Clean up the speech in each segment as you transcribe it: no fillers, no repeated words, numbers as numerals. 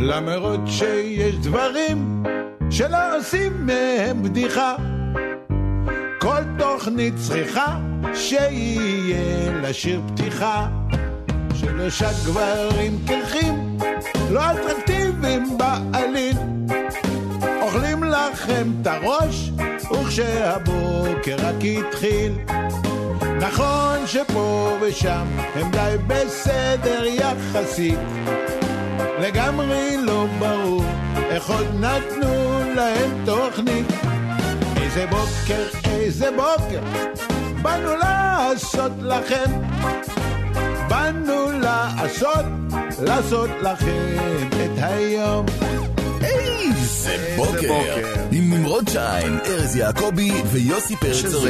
למרות שיש דברים שלא עושים מהם בדיחה. כל תוכנית צריכה שיהיה לשיר פתיחה. שלושה גברים קרחים לא אטרקטיביים בעליל אוכלים לכם את הראש וכשהבוקר רק התחיל. נכון שפה ושם הם די בסדר יחסית, לגמרי לא ברור איך עוד נתנו להם תוכנית. איזה בוקר באנו לעשות לכם, באנו לעשות לכם את היום. איזה בוקר עם נמרוד שיין, ארז יעקבי ויוסי פרצר.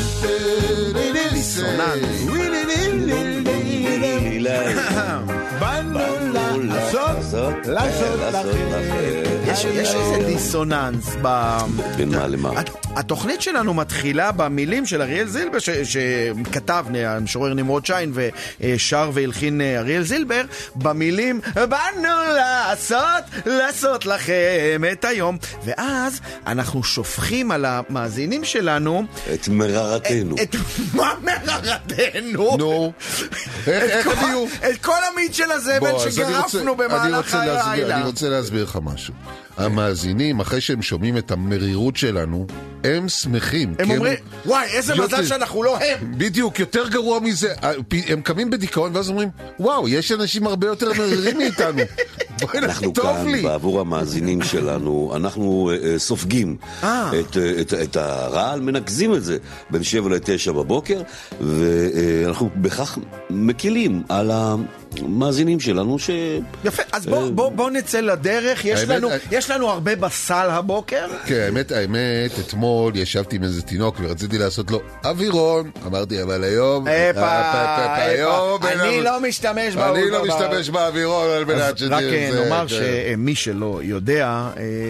באנו לעשות לכם. יש איזה דיסוננס במה למה? התוכנית שלנו מתחילה במילים של אריאל זילבר שכתב המשורר נמרוד שיין ושר והלחין אריאל זילבר, במילים באנו לעשות לכם את היום, ואז אנחנו שופכים על המאזינים שלנו את מררתנו. מה מררתנו? נו, איך הם יהיו? את כל המיד של הזבל שגרפנו במהלך הלילה. אני רוצה להסביר לך משהו. המאזינים, אחרי שהם שומעים את המרירות שלנו, הם שמחים. הם אומרים, וואי, איזה מזל שאנחנו לא הם. בדיוק, יותר גרוע מזה. הם קמים בדיכאון ואז אומרים, וואו, יש אנשים הרבה יותר מרירים מאיתנו. אנחנו כאן, בעבור המאזינים שלנו, אנחנו סופגים את הרעל, מנקזים את זה בין 7 ל-9 בבוקר, ואנחנו בכך מקילים על המאזינים שלנו ש... יפה, אז בוא נצא לדרך. יש לנו הרבה בסל הבוקר. כן, האמת, אתמול ישבתי עם איזה תינוק ורציתי לעשות לו אווירון. אמרתי, אבל היום... אני לא משתמש באווירון על מנת שזה... רק נאמר שמי שלא יודע,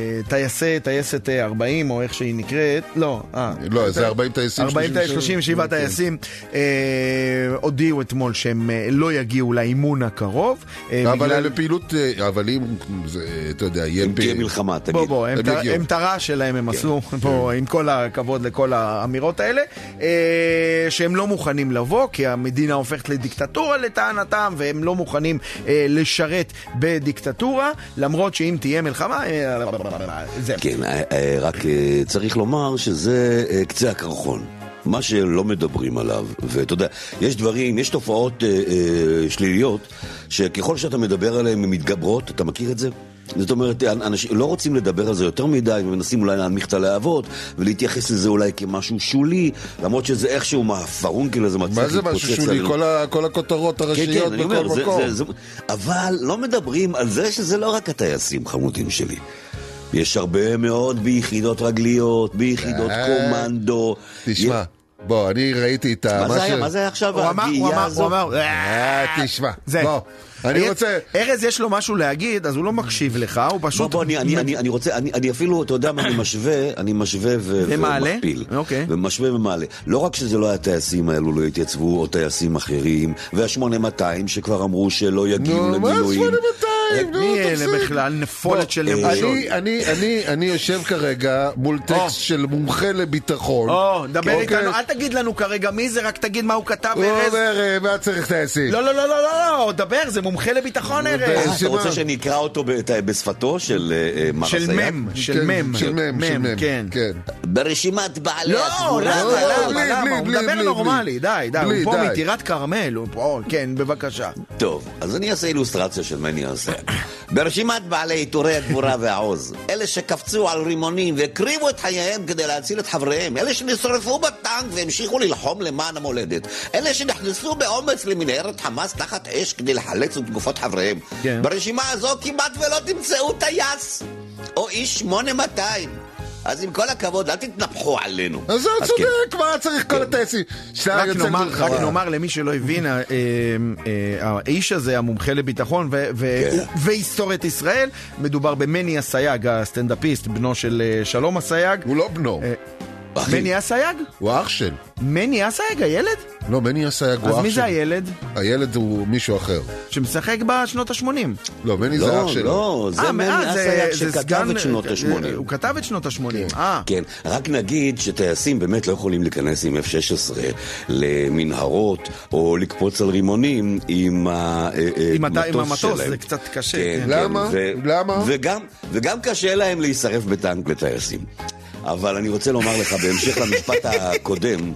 טייסת 40 או איך שהיא נקראת, לא, זה 40 טייסים, 37 טייסים הודיעו אתמול שהם לא יגיעו לאימון הקרוב. אבל אלה פעילות, אבל אם, אתה יודע, אם תהיה מלחמה, תגיד. הם תרה שלהם הם עשו, עם כל הכבוד לכל האמירות האלה, שהם לא מוכנים לבוא, כי המדינה הופכת לדיקטטורה לטענתם, והם לא מוכנים לשרת בדיקטטורה, למרות שאם תהיה מלחמה, זה. כן, רק צריך לומר שזה קצה הקרחון. מה שלא מדברים עליו, ואתה יודע, יש דברים, יש תופעות שליליות, שככל שאתה מדבר עליהן הן מתגברות, אתה מכיר את זה? זאת אומרת, אנשים לא רוצים לדבר על זה יותר מדי, ומנסים אולי להנמיך את הלהבות, ולהתייחס לזה אולי כמשהו שולי, למרות שזה איכשהו מהפרונקל הזה מצליח להתפוצץ. מה זה משהו שולי? כל הכותרות הראשיות בכל מקום. אבל לא מדברים על זה שזה לא רק הטייסים חמודים שלי. יש הרבה מאוד ביחידות רגליות, ביחידות קומנדו. תשמע, בוא, אני ראיתי את מה זה עכשיו הגיעה הזאת? הוא אמר, תשמע, בוא, אני רוצה... ארז יש לו משהו להגיד, אז הוא לא מקשיב לך, הוא פשוט... בוא, אני רוצה, אני אפילו, אתה יודע מה, אני משווה ומכפיל. ומשווה ומעלה. לא רק שזה לא הטייסים האלו לא התייצבו, או טייסים אחרים, וה-8200 שכבר אמרו שלא יגיעו למילואים. מה 8200? מי אלה בכלל? נפולת של נמושות. אני יושב כרגע מול טקסט של מומחה לביטחון. דבר איתנו, אל תגיד לנו כרגע מי זה, רק תגיד מה הוא כתב, ארז. מה צריך טייסים? לא, דבר, זה מומחה לביטחון, ארז. אתה רוצה שאני אקרא אותו בשפתו של מם, של מם, כן. ברשימת בעלי הסגורה. למה? הוא מדבר נורמלי, די, הוא פה מטירת קרמל, כן, בבקשה. טוב, אז אני אעשה אילוסטרציה של מה אני אעשה. ברשימת בעלי עיטורי הגבורה והעוז, אלה שקפצו על רימונים והקריבו את חייהם כדי להציל את חבריהם, אלה שנשרפו בטנק והמשיכו ללחום למען המולדת, אלה שנכנסו באומץ למנהרת חמאס תחת אש כדי לחלץ את גופות חבריהם. ברשימה הזו כמעט ולא תמצאו טייס או איש 8200. אז עם כל הכבוד, אל תתנפחו עלינו. אז זה צודק, מה צריך כל הטייסים? רק נאמר למי שלא הבין, האיש הזה, המומחה לביטחון והיסטוריית ישראל, מדובר במני הסייג, הסטנדאפיסט, בנו של שלום הסייג. הוא לא בנו. מני אסייג? הוא אח של. מני אסייג, הילד? לא, מני אסייג הוא אח של. אז מי זה הילד? הילד הוא מישהו אחר. שמשחק בשנות ה-80. לא, מני זה אח שלו. לא, זה מני אסייג שכתב את שנות ה-80. הוא כתב את שנות ה-80. כן, רק נגיד שטייסים באמת לא יכולים להיכנס עם F-16 למנהרות, או לקפוץ על רימונים עם המטוס שלהם. זה קצת קשה. למה? וגם קשה להם להישרף בטנק לטייסים. אבל אני רוצה לומר לך, בהמשך למשפט הקודם,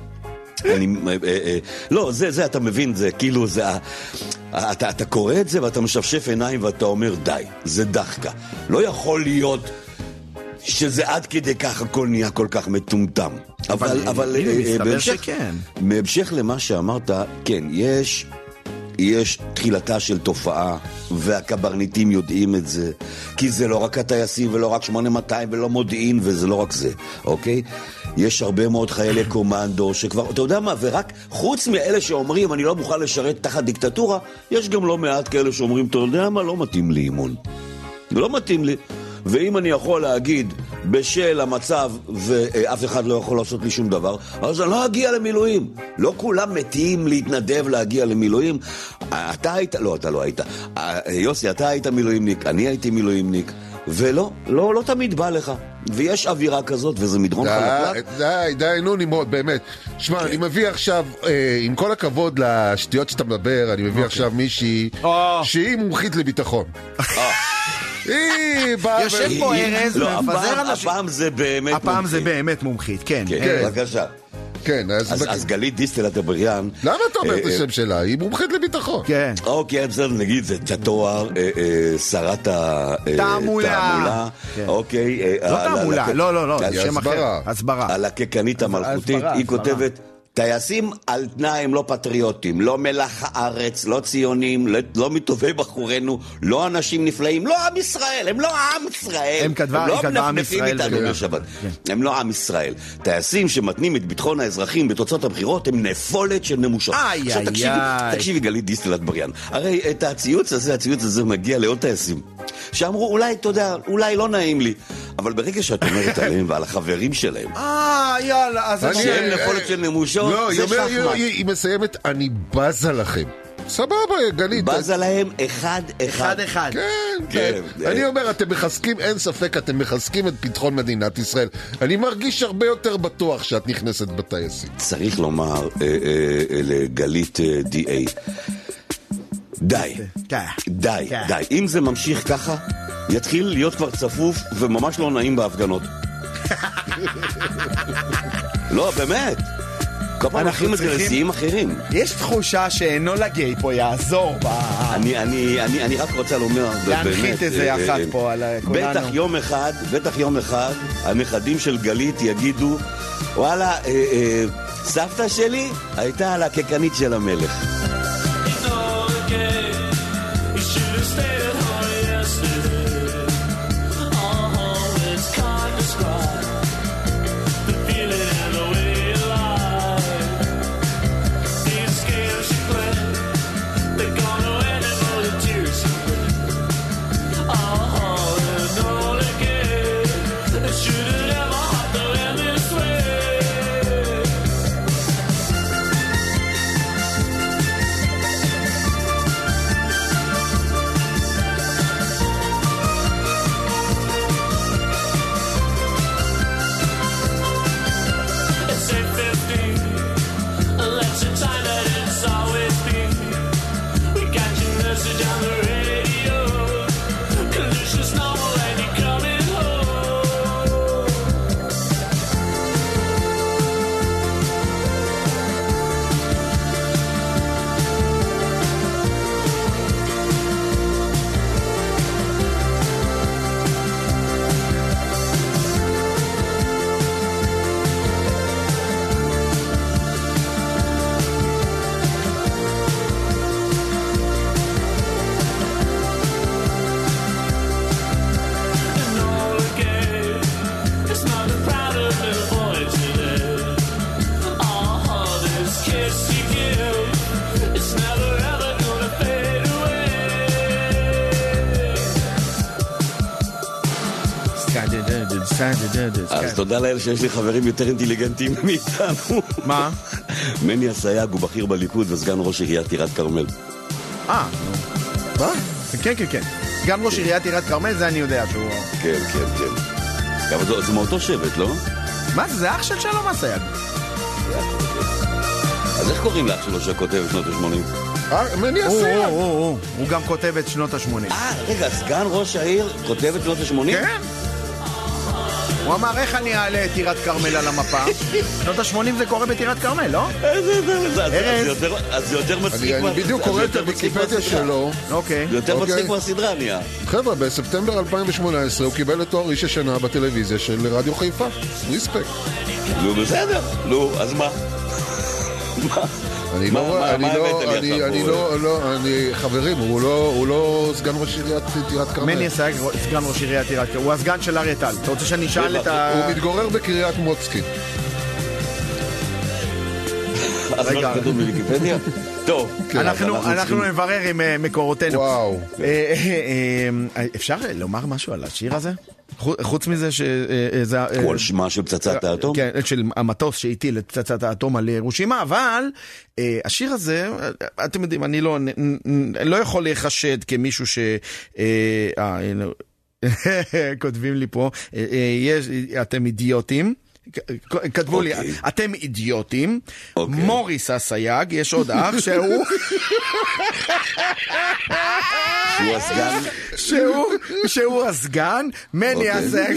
לא, זה אתה מבין, זה כאילו, אתה קורא את זה ואתה משפשף עיניים ואתה אומר, די, זה דחקה. לא יכול להיות שזה עד כדי כך הכל נהיה כל כך מטומטם. אבל בהמשך למה שאמרת, כן, יש תחילתה של תופעה, והקברניטים יודעים את זה, כי זה לא רק הטייסים ולא רק 8200 ולא מודיעין, וזה לא רק זה, אוקיי? יש הרבה מאוד חיילי קומנדו שכבר, אתה יודע מה, ורק חוץ מאלה שאומרים אני לא מוכן לשרת תחת דיקטטורה, יש גם לא מעט כאלה שאומרים, אתה יודע מה, לא מתאים לי אימון, לא מתאים לי. ואם אני יכול להגיד בשל המצב ואף אחד לא יכול לעשות לי שום דבר, אז אני לא אגיע למילואים. לא כולם מתים להתנדב להגיע למילואים. אתה היית, לא, אתה לא היית. יוסי, אתה היית מילואימניק, אני הייתי מילואימניק, ולא, לא תמיד בא לך. ויש אווירה כזאת, וזה מדרון חלקלק. די, נו נמרוד, באמת. שמע, אני מביא עכשיו, עם כל הכבוד לשטויות שאתה מדבר, אני מביא עכשיו מישהי שהיא מומחית לביטחון. יושב פה ארז ומפזר אנשים. הפעם זה באמת מומחית. הפעם זה באמת מומחית, כן. בבקשה. כן, אז גלית דיסטל אטבריאן. למה אתה אומר את השם שלה? היא מומחית לביטחון. כן. אוקיי, בסדר, נגיד, זה תואר שרת התעמולה. אוקיי. לא תעמולה, לא, שם אחר. הסברה. הלקקנית המלכותית, היא כותבת, טייסים על תנאי הם לא פטריוטים, לא מלח הארץ, לא ציונים, לא מטובי בחורנו, לא אנשים נפלאים, לא עם ישראל, הם לא עם ישראל. הם לא מנפנפים איתנו בשבת. הם לא עם ישראל. טייסים שמתנים את ביטחון האזרחים בתוצאות הבחירות הם נפולת של נמושות. עכשיו תקשיבי גלית דיסטל אטבריאן. הרי את הציוץ הזה מגיע לעוד טייסים שאמרו אולי, אתה יודע, אולי לא נעים לי, אבל ברגע שאת אומרת עליהם ועל החברים שלהם, יאללה, אז שהם נפולת של נמושות, זה שחמט. היא מסיימת, אני בזה לכם. סבבה, גלית. בזה להם אחד. כן. אני אומר, אתם מחזקים, אין ספק, אתם מחזקים את פתחון מדינת ישראל. אני מרגיש הרבה יותר בטוח שאת נכנסת בטייסים. צריך לומר לגלית DA, די. אם זה ממשיך ככה, יתחיל להיות כבר צפוף וממש לא נעים בהפגנות. לא, באמת. כל פעם הולכים את זה לשיאים אחרים. יש תחושה שאינו לגיי פה יעזור. אני רק רוצה לומר, להנחית איזה אחת פה על כולנו. בטח יום אחד, הנכדים של גלית יגידו, וואלה, סבתא שלי הייתה הלקקנית של המלך. אז תודה לאל שיש לי חברים יותר אינטליגנטים מאיתנו. מה? מני הסייג הוא בכיר בליכוד וסגן ראש עיריית טירת כרמל. מה? כן. סגן ראש עיריית טירת כרמל, זה אני יודע שהוא... כן. אבל זה מאותו שבט, לא? מה זה? זה אח של שלום הסייג. אז איך קוראים לאח שלו שכותב שנות ה-80? מני הסייג. הוא גם כותב את שנות ה-80. רגע, סגן ראש העיר כותב את שנות ה-80? כן. הוא אמר, איך אני אעלה את טירת כרמל על המפה? שנות ה-80 זה קורה בטירת כרמל, לא? אז זה יותר מצחיק. אני בדיוק קורא את הוויקיפדיה שלו. אוקיי. זה יותר מצחיק מהסדרה נהיה. חבר'ה, בספטמבר 2018 הוא קיבל את תואר איש השנה בטלוויזיה של רדיו חיפה. ריספקט. נו, בסדר. נו, אז מה? חברים, הוא לא סגן ראש עיריית טירת כרמל. מני הסייג, סגן ראש עיריית טירת כרמל. הוא הסגן של אריה טל. אתה רוצה שאני אשאל את ה... הוא מתגורר בקריית מוצקין. אז מה כתוב בוויקיפדיה? טוב. אנחנו נברר עם מקורותינו. וואו. אפשר לומר משהו על השיר הזה? חוץ מזה שזה... כל שמה של פצצת האטום? כן, של המטוס שהטיל את פצצת האטום על הירושימה, אבל השיר הזה, אתם יודעים, אני לא יכול להיחשד כמישהו ש... כותבים לי פה, אתם אידיוטים. כתבו לי, אתם אידיוטים. מוריס הסייג, יש עוד אח שהוא... שהוא הסגן? שהוא הסגן, מני הסייג.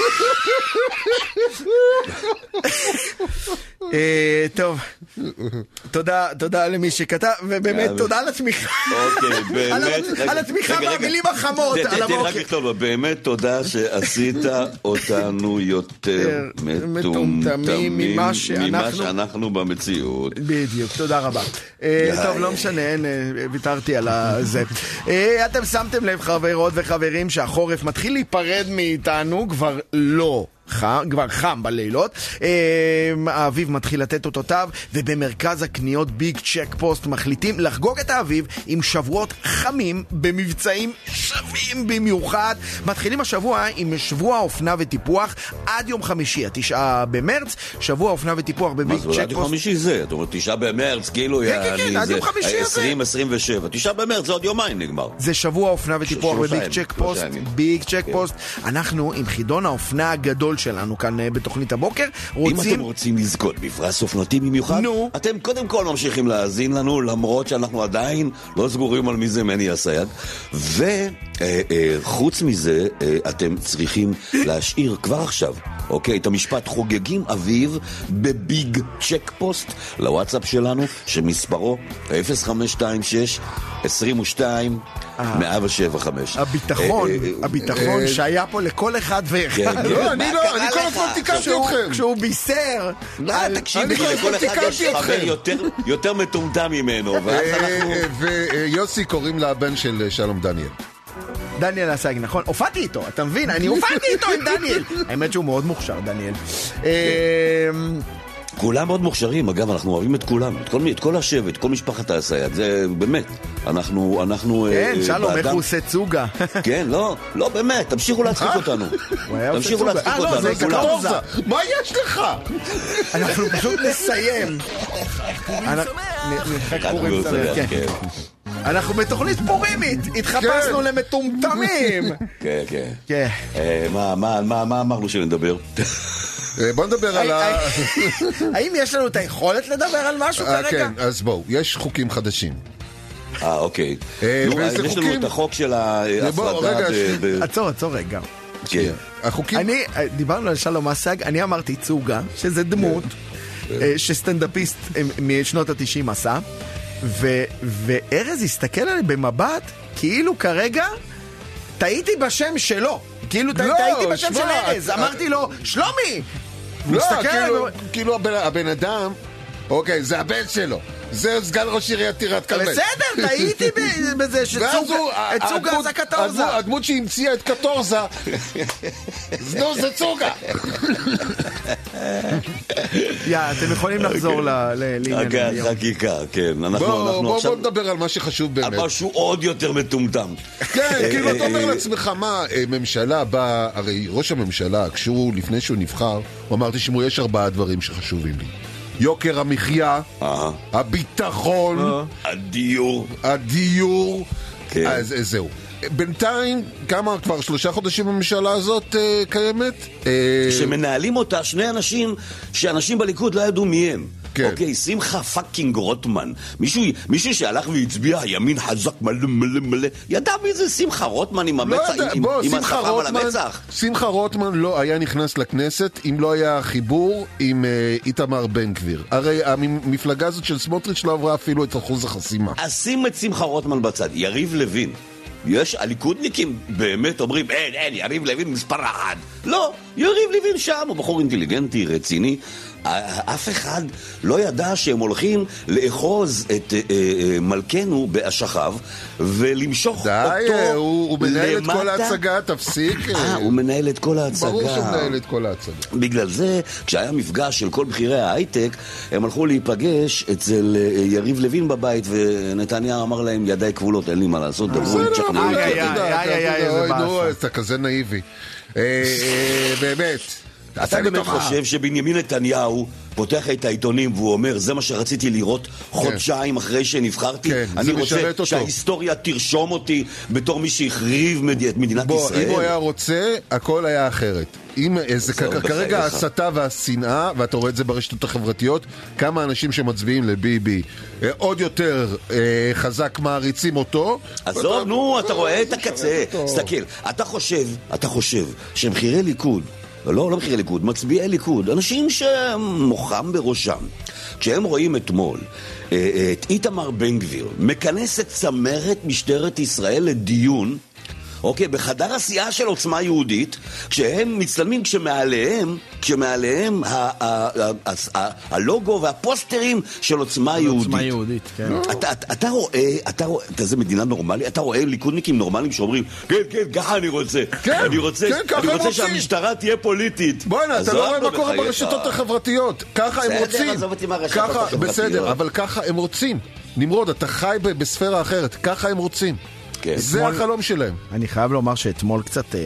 טוב, תודה למי שכתב, ובאמת תודה על התמיכה. אוקיי, באמת. על התמיכה והמילים החמות. באמת תודה שעשית אותנו יותר מטומטמים ממה שאנחנו במציאות. בדיוק, תודה רבה. טוב, לא משנה, ויתרתי על זה. אתם שמתם לב, חברות וחברים, שהחורף מתחיל להיפרד מאיתנו, כבר לא. כבר חם בלילות, האביב מתחיל לתת אותותיו, ובמרכז הקניות ביג צ'ק פוסט מחליטים לחגוג את האביב עם שבועות חמים במבצעים שווים במיוחד. מתחילים השבוע עם שבוע האופנה וטיפוח עד יום חמישי, 9 במרץ, שבוע האופנה וטיפוח בביג צ'ק פוסט. עד יום חמישי זה, זאת אומרת 9 במרץ, כאילו כן, עד יום חמישי הזה 2027, 9 במרץ זה עוד יומיים נגמר. זה שבוע האופנה וטיפוח בביג צ'ק פוסט, ביג צ'ק פוסט. אנחנו עם חידון האופנה הגדול שלנו כאן בתוכנית הבוקר. אם אתם רוצים לזכות בפרס אופנתי במיוחד, אתם קודם כל ממשיכים להאזין לנו, למרות שאנחנו עדיין לא סגורים על מי זה מני הסייג, וחוץ מזה אתם צריכים להשאיר כבר עכשיו, אוקיי, את המשפט חוגגים אביב בביג צ'ק פוסט לוואטסאפ שלנו, שמספרו 0526 22 175. הביטחון שהיה פה לכל אחד ואחד. לא, אני כל הזמן תיקנתי אתכם. כשהוא בישר. תקשיבי, לכל אחד יש חבר יותר מטומטם ממנו. ויוסי קוראים לבן של שלום דניאל. דניאל הסייג, נכון? הופעתי איתו, אתה מבין? אני הופעתי איתו עם דניאל. האמת שהוא מאוד מוכשר, דניאל. כולם מאוד מוכשרים, אגב, אנחנו אוהבים את כולם, את כל השבט, את כל משפחת הסייג, זה באמת, אנחנו... כן, שלום, איך הוא עושה צוגה? כן, לא, באמת, תמשיכו להצחיק אותנו. תמשיכו להצחיק אותנו. זה קטורזה. מה יש לך? אנחנו פשוט נסיים. פורים שמח, כן. אנחנו בתוכנית פורימית, התחפשנו למטומטמים. כן. מה אמרנו שנדבר? בוא נדבר על האם יש לנו את היכולת לדבר על משהו כרגע? כן, אז בואו, יש חוקים חדשים. אוקיי. יש לנו את החוק של ההפרדה... עצור רגע. כן. דיברנו על שלום הסייג, אני אמרתי צוגה, שזה דמות שסטנדאפיסט משנות ה-90 עשה, וארז הסתכל עלי במבט, כאילו כרגע טעיתי בשם שלו. כאילו טעיתי בשם של ארז, אמרתי לו, שלומי! לא, כאילו הבן אדם, אוקיי, זה הבן שלו. זה סגן ראש עיריית טירת כרמל. בסדר, טעיתי בזה שצוגה זה קטורזה. הדמות שהמציאה את קטורזה, זה צוגה. אתם יכולים לחזור לעניין חקיקה, כן. בואו נדבר על מה שחשוב באמת. על משהו עוד יותר מטומטם. כן, כאילו אתה אומר לעצמך, מה, ממשלה באה, הרי ראש הממשלה, לפני שהוא נבחר, הוא אמר, תשמעו, יש 4 דברים שחשובים לי. יוקר המחיה, הביטחון, הדיור, אז זהו. בינתיים, כמה כבר 3 חודשים הממשלה הזאת קיימת? שמנהלים אותה 2 אנשים שאנשים בליכוד לא ידעו מי הם. אוקיי, שמחה פאקינג רוטמן. מישהו שהלך והצביע ימין חזק מלא מלא מלא, ידע מי זה שמחה רוטמן עם השפם על המצח? שמחה רוטמן לא היה נכנס לכנסת אם לא היה חיבור עם איתמר בן גביר. הרי המפלגה הזאת של סמוטריץ' לא עברה אפילו את אחוז החסימה. אז שים את שמחה רוטמן בצד. יריב לוין, הליכודניקים באמת אומרים, אין, יריב לוין מספר 1. לא, יריב לוין שם, הוא בחור אינטליגנטי, רציני. אף אחד לא ידע שהם הולכים לאחוז את מלכנו באשכיו ולמשוך די, אותו הוא מנהל את כל ההצגה, תפסיק. הוא מנהל את כל ההצגה. ברור שהוא מנהל את כל ההצגה. בגלל זה, כשהיה מפגש של כל בכירי ההייטק, הם הלכו להיפגש אצל יריב לוין בבית, ונתניה אמר להם, ידיי כבולות, אין לי מה לעשות, דברו עם צ'כנאי. אתה כזה נאיבי. באמת. אתה באמת חושב שבנימין נתניהו פותח את העיתונים והוא אומר, זה מה שרציתי לראות חודשיים אחרי שנבחרתי? אני רוצה שההיסטוריה תרשום אותי בתור מי שהחריב את מדינת ישראל. אם הוא היה רוצה, הכל היה אחרת. זה כרגע ההסתה והשנאה, ואתה רואה את זה ברשתות החברתיות, כמה אנשים שמצביעים לביבי עוד יותר חזק מעריצים אותו. אז נו, אתה רואה את הקצה. תסתכל, אתה חושב שמחירי ליכוד, לא מחירי ליכוד, מצביעי ליכוד, אנשים שמוחם בראשם, כשהם רואים אתמול את איתמר בן גביר מכנס את צמרת משטרת ישראל לדיון, אוקיי, בחדר הסיעה של עוצמה יהודית, כשהם מצטלמים, כשמעליהם הלוגו והפוסטרים של עוצמה יהודית. עוצמה יהודית, כן. אתה רואה, זה מדינה נורמלית, אתה רואה ליכודניקים נורמליים שאומרים, כן, ככה אני רוצה. אני רוצה שהמשטרה תהיה פוליטית. בוא'נה, אתה לא רואה מה קורה ברשתות החברתיות. ככה הם רוצים. בסדר, אבל ככה הם רוצים. נמרוד, אתה חי בספירה אחרת. ככה הם רוצים. זה החלום שלהם. אני חייב לומר שאתמול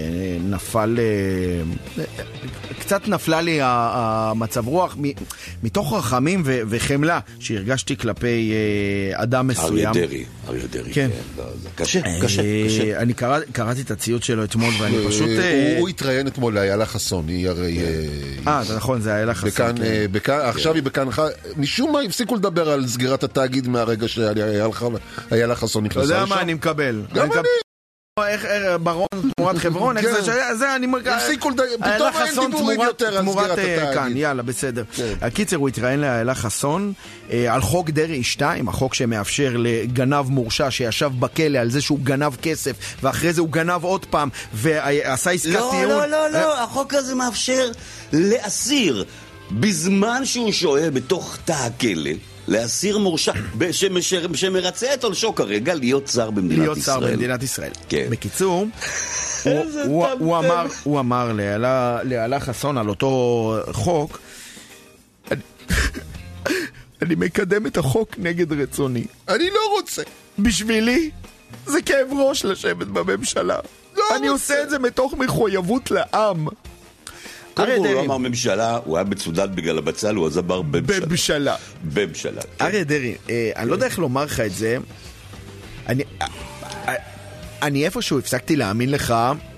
קצת נפלה לי המצב רוח מתוך רחמים וחמלה שהרגשתי כלפי אדם מסוים. אריה דרי. כן. קשה. אני קראתי את הציוץ שלו אתמול ואני פשוט... הוא התראיין אתמול לאיילה חסון, היא הרי... נכון, זה איילה חסון. עכשיו היא בכאן, משום מה הפסיקו לדבר על סגירת התאגיד מהרגע שאיילה חסון נכנסה. אתה יודע מה אני מקבל? גם אני. איך ברון תמורת חברון, זה אני מרגיש. הפסיקו לדבר, פתאום אין דיבורים יותר על סגירת התאגיד. יאללה, בסדר. הקיצר, הוא התראיין לאיילה חסון על חוק דרעי 2, החוק שמאפשר לגנב מורשע שישב בכלא על זה שהוא גנב כסף, ואחרי זה הוא גנב עוד פעם, ועשה עסקת טיעון. לא, החוק הזה מאפשר לאסיר, בזמן שהוא שוהה בתוך תא הכלא, לאסיר מורשע שמרצה את עונשו כרגע להיות שר במדינת ישראל. להיות שר במדינת ישראל. כן. בקיצור, הוא אמר לאיילה חסון על אותו חוק, אני מקדם את החוק נגד רצוני. אני לא רוצה. בשבילי זה כאב ראש לשבת בממשלה. אני עושה את זה מתוך מחויבות לעם. קודם הוא לא אמר ממשלה, הוא היה מצודד בגלל הבצל, הוא עזבר בממשלה. בממשלה. אריה דרי, אני לא יודע איך לומר לך את זה, אני איפשהו הפסקתי להאמין לך,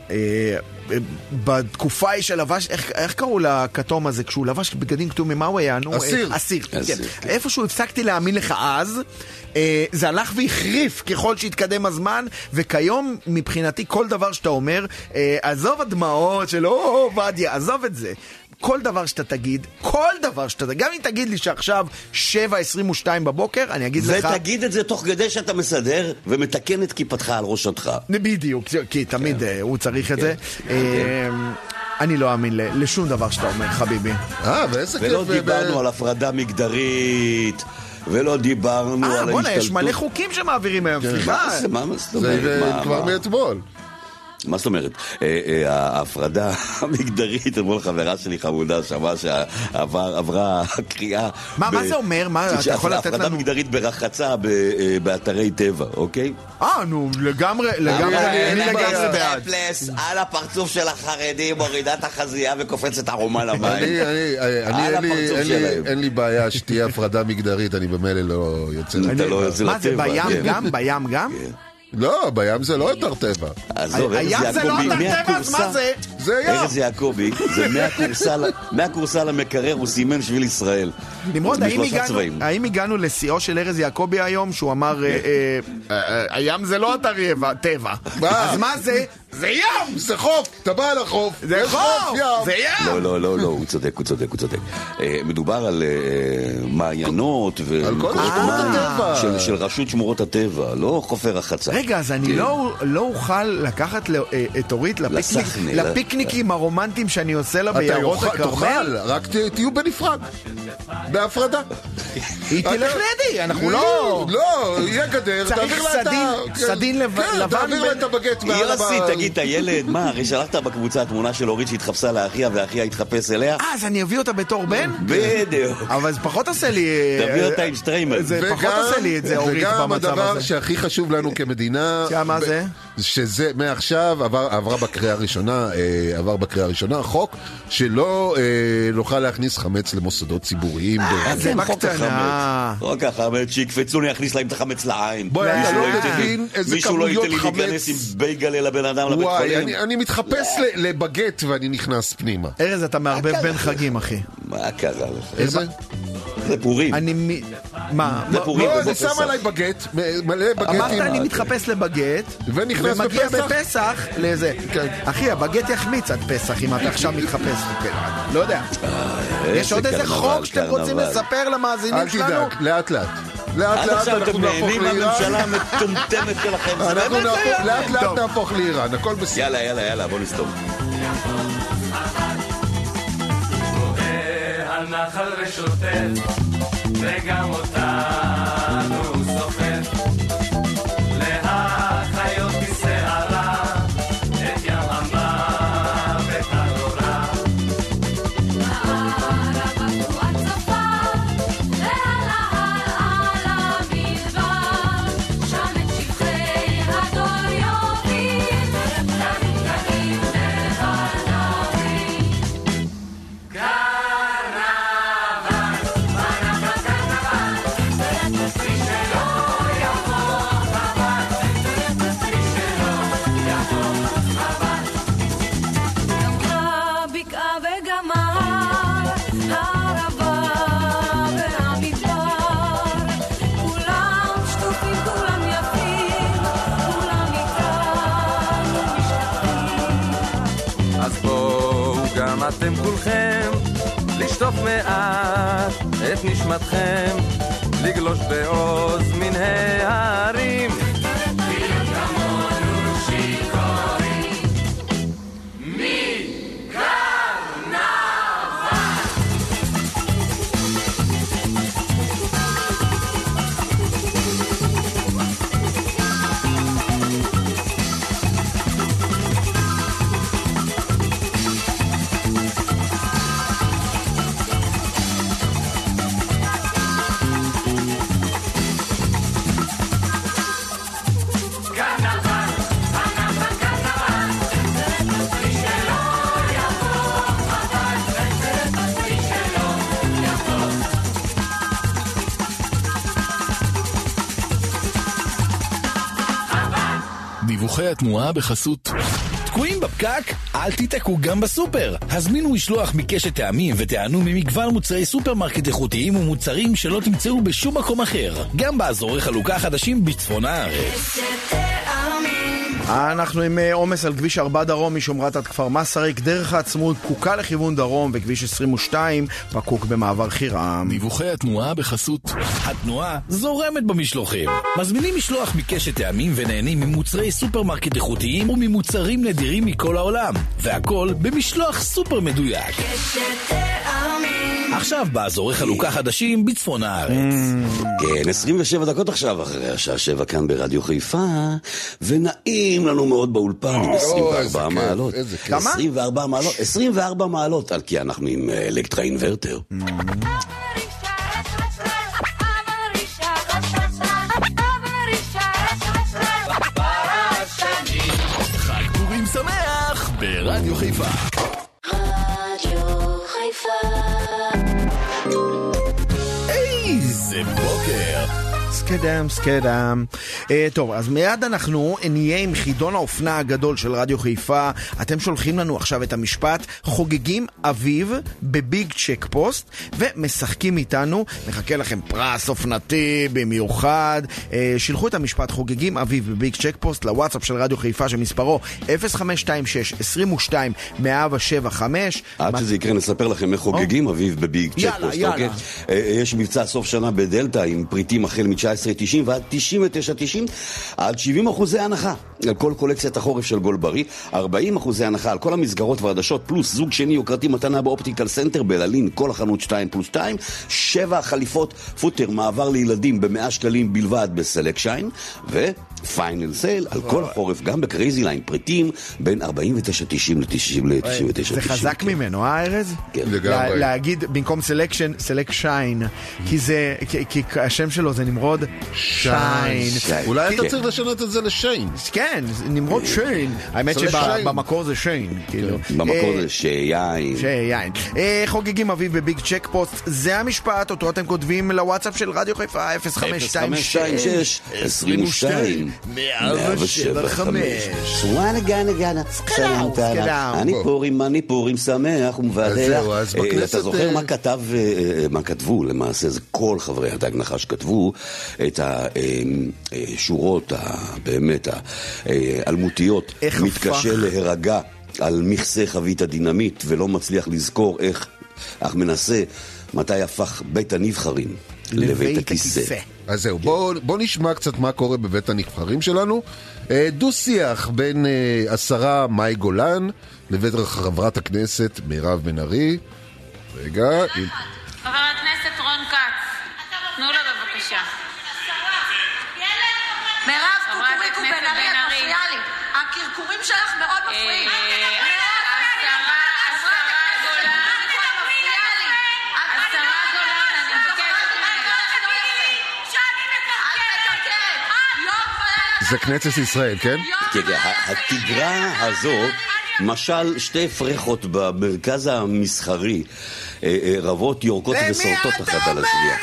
בתקופה היא שלבש, איך קראו לכתום הזה, כשהוא לבש בגדים כתומים, מה הוא היה? אסיר. איפשהו הפסקתי להאמין לך אז, זה הלך והחריף ככל שהתקדם הזמן, וכיום מבחינתי כל דבר שאתה אומר, עזוב הדמעות שלא עובדיה, עזוב את זה. כל דבר שאתה תגיד, גם אם תגיד לי שעכשיו 7:22 בבוקר, אני אגיד לך... ותגיד את זה תוך כדי שאתה מסדר ומתקן את כיפתך על ראשתך. בדיוק, כי תמיד הוא צריך את זה. אני לא אאמין לשום דבר שאתה אומר, חביבי. ואיזה כיף. ולא דיברנו על הפרדה מגדרית, ולא דיברנו על ההשתלטות. בוא'נה, יש מלא חוקים שמעבירים היום, סליחה. מה זאת אומרת? זה כבר מאתמול. מה זאת אומרת? ההפרדה המגדרית, אמרו לחברה שלי חמודה, שמעה שעברה קריאה... מה זה אומר? אתה יכול לתת לנו... הפרדה מגדרית ברחצה באתרי טבע, אוקיי? נו, לגמרי, אני לגמרי בעד. על הפרצוף של החרדים, מורידה את החזייה וקופצת ערומה למים. אין לי בעיה שתהיה הפרדה מגדרית, אני במילא לא יוצא לטבע. מה זה, בים גם? בים גם? לא, בים זה לא אתר טבע. הים זה לא אתר טבע, אז מה זה? זה ים. ארז יעקבי, זה מהכורסל המקרר, הוא סימן שביל ישראל. נמרוד, האם הגענו לשיאו של ארז יעקבי היום, שהוא אמר, הים זה לא אתר טבע. אז מה זה? זה ים! זה חוף! אתה בא לחוף! זה חוף! זה ים! לא, הוא צודק. מדובר על מעיינות של רשות שמורות הטבע, לא חופי רחצה. רגע, אז אני לא אוכל לקחת את אורית לפיקניקים הרומנטיים שאני עושה לה ביערות הכרמל? תוכל, רק תהיו בנפרד. בהפרדה. היא תלך לידי, אנחנו לא... לא, יהיה גדר, צריך סדין לבן. תעביר לה את הבגט מעל יוסי, תגיד, הילד, מה, הרי שלחת בקבוצה תמונה של אורית שהתחפשה לאחיה ואחיה התחפש אליה? אז אני אביא אותה בתור בן? בדיוק. אבל זה פחות עושה לי... תביא אותה עם שטריימל. זה פחות עושה לי את זה, אורית, במצב הזה. וגם הדבר שהכי חשוב לנו כמדינה... מה זה? שזה מעכשיו עבר בקריאה הראשונה החוק שלא נוכל להכניס חמץ למוסדות ציבוריים. זה בקטנה. רק החמץ שיקפצו להכניס להם את החמץ לעין. אתה לא מבין איזה מישהו לא כמויות ייתן לי להיכנס עם בייגל אל הבן אדם לבית חולים. אני מתחפש לבגט ואני נכנס פנימה. ארז, אתה מערבב בין חגים, אחי. מה קרה לך? איזה? זה פורים. מה? זה פורים. אני שם עליי בגט, מלא בגטים. אמרת אני מתחפש לבגט ומגיע בפסח לאיזה... אחי, הבגט יחמיץ עד פסח אם אתה עכשיו מתחפש. לא יודע. יש עוד איזה חוק שאתם רוצים לספר למאזינים שלנו? אל תדאג, לאט לאט. לאט לאט אנחנו נהפוך לאיראן. הממשלה המטומטמת שלכם. לאט לאט נהפוך לאיראן, הכל בסדר. יאללה, בוא נסתום. הנחל ושוטף וגם אותנו סופף להחיות מסערה את ים המוות הנורא הערבה עד סופה ועל המדבר שם את שבחי הדור יוביל תגים לבנבים אתם כולכם לשטוף מעט את נשמתכם לגלוש בעוז מן הערים להיות כמונו שיכורים מקרנבל דיווחי התנועה בחסות. תקועים בפקק? אל תתקעו גם בסופר. הזמינו משלוח מקשת טעמים ותענו ממגוון מוצרי סופרמרקט איכותיים ומוצרים שלא תמצאו בשום מקום אחר. גם באזורי חלוקה חדשים בצפון הארץ. אנחנו עם עומס על כביש 4 דרום משומרת עד כפר מסריק, דרך העצמאות פקוקה לכיוון דרום, וכביש 22 פקוק במעבר חירם. דיווחי התנועה בחסות. התנועה זורמת במשלוחים. מזמינים משלוח מקשת טעמים ונהנים ממוצרי סופרמרקט איכותיים וממוצרים נדירים מכל העולם, והכל במשלוח סופר מדויק. קשת טעמים עכשיו באזורי חלוקה חדשים בצפון הארץ. כן, 27 דקות עכשיו אחרי השעה 7 כאן ברדיו חיפה, ונעים לנו מאוד באולפן עם 24 מעלות. כמה? 24 מעלות, 24 מעלות, כי אנחנו עם אלקטרה אינברטר. חג פורים שמח ברדיו חיפה. רדיו חיפה. איזה בוקר. סקדם. טוב, אז מיד אנחנו נהיה עם חידון האופנה הגדול של רדיו חיפה. אתם שולחים לנו עכשיו את המשפט חוגגים אביב בביג צ'ק פוסט ומשחקים איתנו. מחכה לכם פרס אופנתי במיוחד. שילחו את המשפט חוגגים אביב בביג צ'ק פוסט לוואטסאפ של רדיו חיפה שמספרו 0526-22-175. עד שזה יקרה נספר לכם איך חוגגים אביב בביג צ'ק פוסט. יאללה. יש מבצע סוף שנה בדלטה עם פריטים החל מ-19.90 ועד 99.90 עד 70% הנחה על כל קולקציית החורף של גולברי, 40% הנחה על כל המסגרות והעדשות פלוס זוג שני יוקרתי מתנה באופטיקל סנטר בללין, כל החנות 2+2, 7 חליפות פוטר מעבר לילדים ב100 שקלים בלבד בסלקשיין, ופיינל סייל על כל החורף גם בקרייזי ליין, פריטים בין 49.90 ל-99.90. זה חזק ממנו, ארז? כן. לגמרי. להגיד במקום סלקשן, סלקשיין, כי השם שלו זה נמרוד שיין. אולי אתה צריך לשנות את זה לשיין. כן, נמרוד שיין. האמת זה לשיין. שבמקור זה שיין. במקור זה שיין. שיין. חוגגים אביב בביג צ'ק פוסט, זה המשפט, אותו אתם כותבים לוואטסאפ של רדיו חיפה 0526-22-175. וואלה גנה סלם טלה, אני פורים שמח ומבדח. אתה זוכר מה כתבו למעשה? זה כל חברי הדג נחש כתבו את השורות באמת האלמותיות. מתקשה להירגע על מכסה חבית הדינמיט ולא מצליח לזכור איך אך מנסה מתי הפך בית הנבחרים לבית הכיסא. אז זהו, בוא נשמע קצת מה קורה בבית הנבחרים שלנו. דו שיח בין השרה מאי גולן לבין חברת הכנסת מירב בן ארי. רגע, חבר הכנסת רון כץ, תנו לו בבקשה. מירב, קוקוריקו בן ארי, את מפריעה לי. הקרקורים שלך מאוד מפריעים. זה כנסת ישראל, כן? התגרה הזאת, משל שתי פרחות במרכז המסחרי, רבות יורקות וסורטות אחת על השנייה.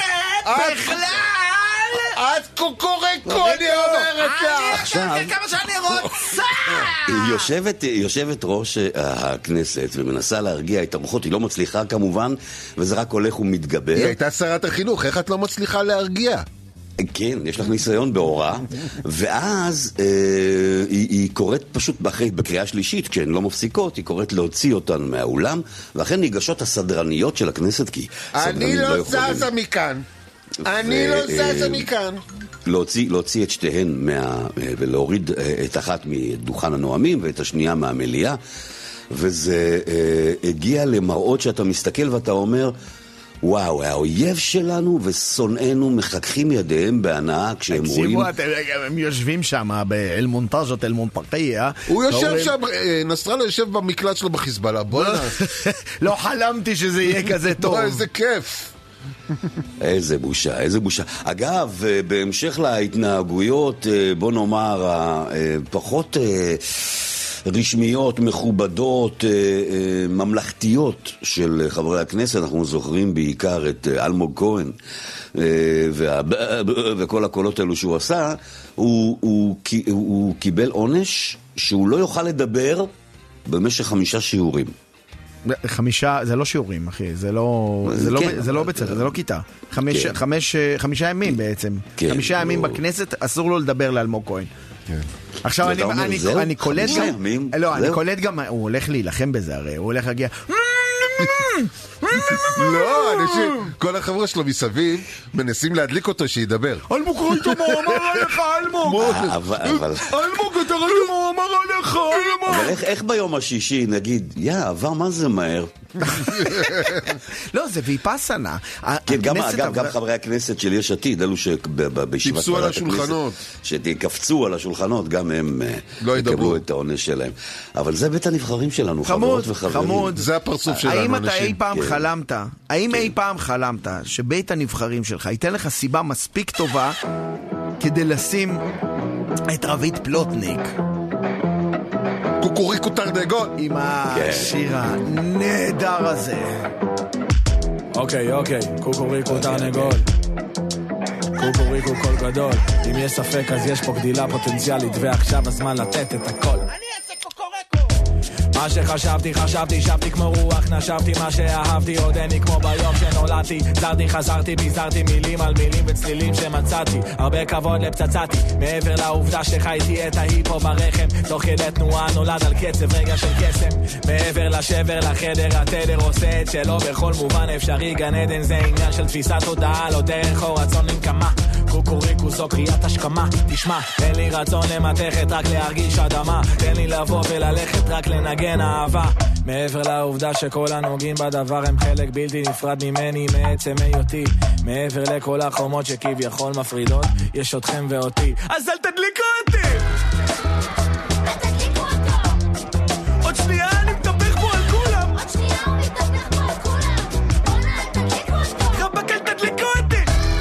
את קוקוריקו, אני אומרת לך! עכשיו, כמה שאני רוצה! יושבת ראש הכנסת ומנסה להרגיע את הרוחות, היא לא מצליחה כמובן, וזה רק הולך ומתגבר. היא הייתה שרת החינוך, איך את לא מצליחה להרגיע? כן, יש לך ניסיון בהוראה, ואז היא קוראת פשוט בקריאה שלישית, כשהן לא מפסיקות, היא קוראת להוציא אותן מהאולם, ואכן ניגשות הסדרניות של הכנסת, כי אני לא זזה מכאן. אני לא זזה מכאן. להוציא את שתיהן ולהוריד את אחת מדוכן הנואמים ואת השנייה מהמליאה, וזה הגיע למראות שאתה מסתכל ואתה אומר, וואו, האויב שלנו ושונאינו מחככים ידיהם בהנאה כשהם רואים... תקשיבו, הם יושבים שם באל-מונטאז'ת, אל-מונטקיה. הוא יושב שם, נסראללה יושב במקלט שלו בחיזבאללה, בוא נע. לא חלמתי שזה יהיה כזה טוב. איזה כיף. איזה בושה, איזה בושה. אגב, בהמשך להתנהגויות, בוא נאמר, פחות רשמיות, מכובדות, ממלכתיות של חברי הכנסת, אנחנו זוכרים בעיקר את אלמוג כהן וכל הקולות האלו שהוא עשה, הוא קיבל עונש שהוא לא יוכל לדבר במשך 5 שיעורים. 5, זה לא שיעורים, אחי, זה לא בית ספר, זה לא כיתה. 5 ימים בעצם. 5 ימים בכנסת, אסור לו לדבר לאלמוג כהן. עכשיו אני קולט גם, הוא הולך להילחם בזה הרי, הוא הולך להגיע לא, אנשים, כל החבר'ה שלו מסביב מנסים להדליק אותו שידבר. אלמוג, ראית מה אמר עליך, אלמוג? אלמוג, אתה ראית מה אמר עליך, אלמוג? אבל איך ביום השישי נגיד, עבר מה זה מהר? לא, זה ויפאסנה. כן, גם חברי הכנסת של יש עתיד, אלו שבישיבת טיפסו על השולחנות, שתקפצו על השולחנות, גם הם יקבלו את העונש שלהם. אבל זה בית הנבחרים שלנו, חברות וחברים. חמוד, זה הפרצוף שלנו, האם אנשים. אתה אי פעם חלמת, האם אי פעם חלמת שבית הנבחרים שלך ייתן לך סיבה מספיק טובה כדי לשים את רבית פלוטניק קוקוריקו תרנגול עם השיר הנהדר הזה? אוקיי, קוקוריקו תרנגול, קוקוריקו קול גדול. אם יש ספק אז יש פה גדילה פוטנציאלית, ועכשיו הזמן לתת את הכל. אני אעשה קוקוריקו. מה שחשבתי, שבתי כמו רוח, נשבתי מה שאהבתי, עוד איני כמו ביום שנולדתי. זרתי, חזרתי, ביזרתי מילים על מילים וצלילים שמצאתי. הרבה כבוד לפצצתי, מעבר לעובדה שחייתי את ההיפו ברחם. תוך כדי תנועה נולד על קצב רגע של קסם. מעבר לשבר לחדר, התדר עושה את שלו בכל מובן אפשרי. גן עדן זה עניין של תפיסת תודעה, לא דרך או רצון לנקמה. קוקוריקו זו קריאת השכמה, תשמע, אין לי רצון למתכת, רק להרגיש אדמה. תן לי לבוא וללכת, רק לנגן אהבה. מעבר לעובדה שכל הנוגעים בדבר הם חלק בלתי נפרד ממני, מעצם היותי. מעבר לכל החומות שכביכול מפרידות, יש אתכם ואותי. אז אל תדליקו אותי! תדליקו אותו! עוד שנייה אני מתהפך פה על כולם! עוד שנייה הוא מתהפך פה על כולם! בונה, תדליקו אותו! חבק אל תדליקו אותי!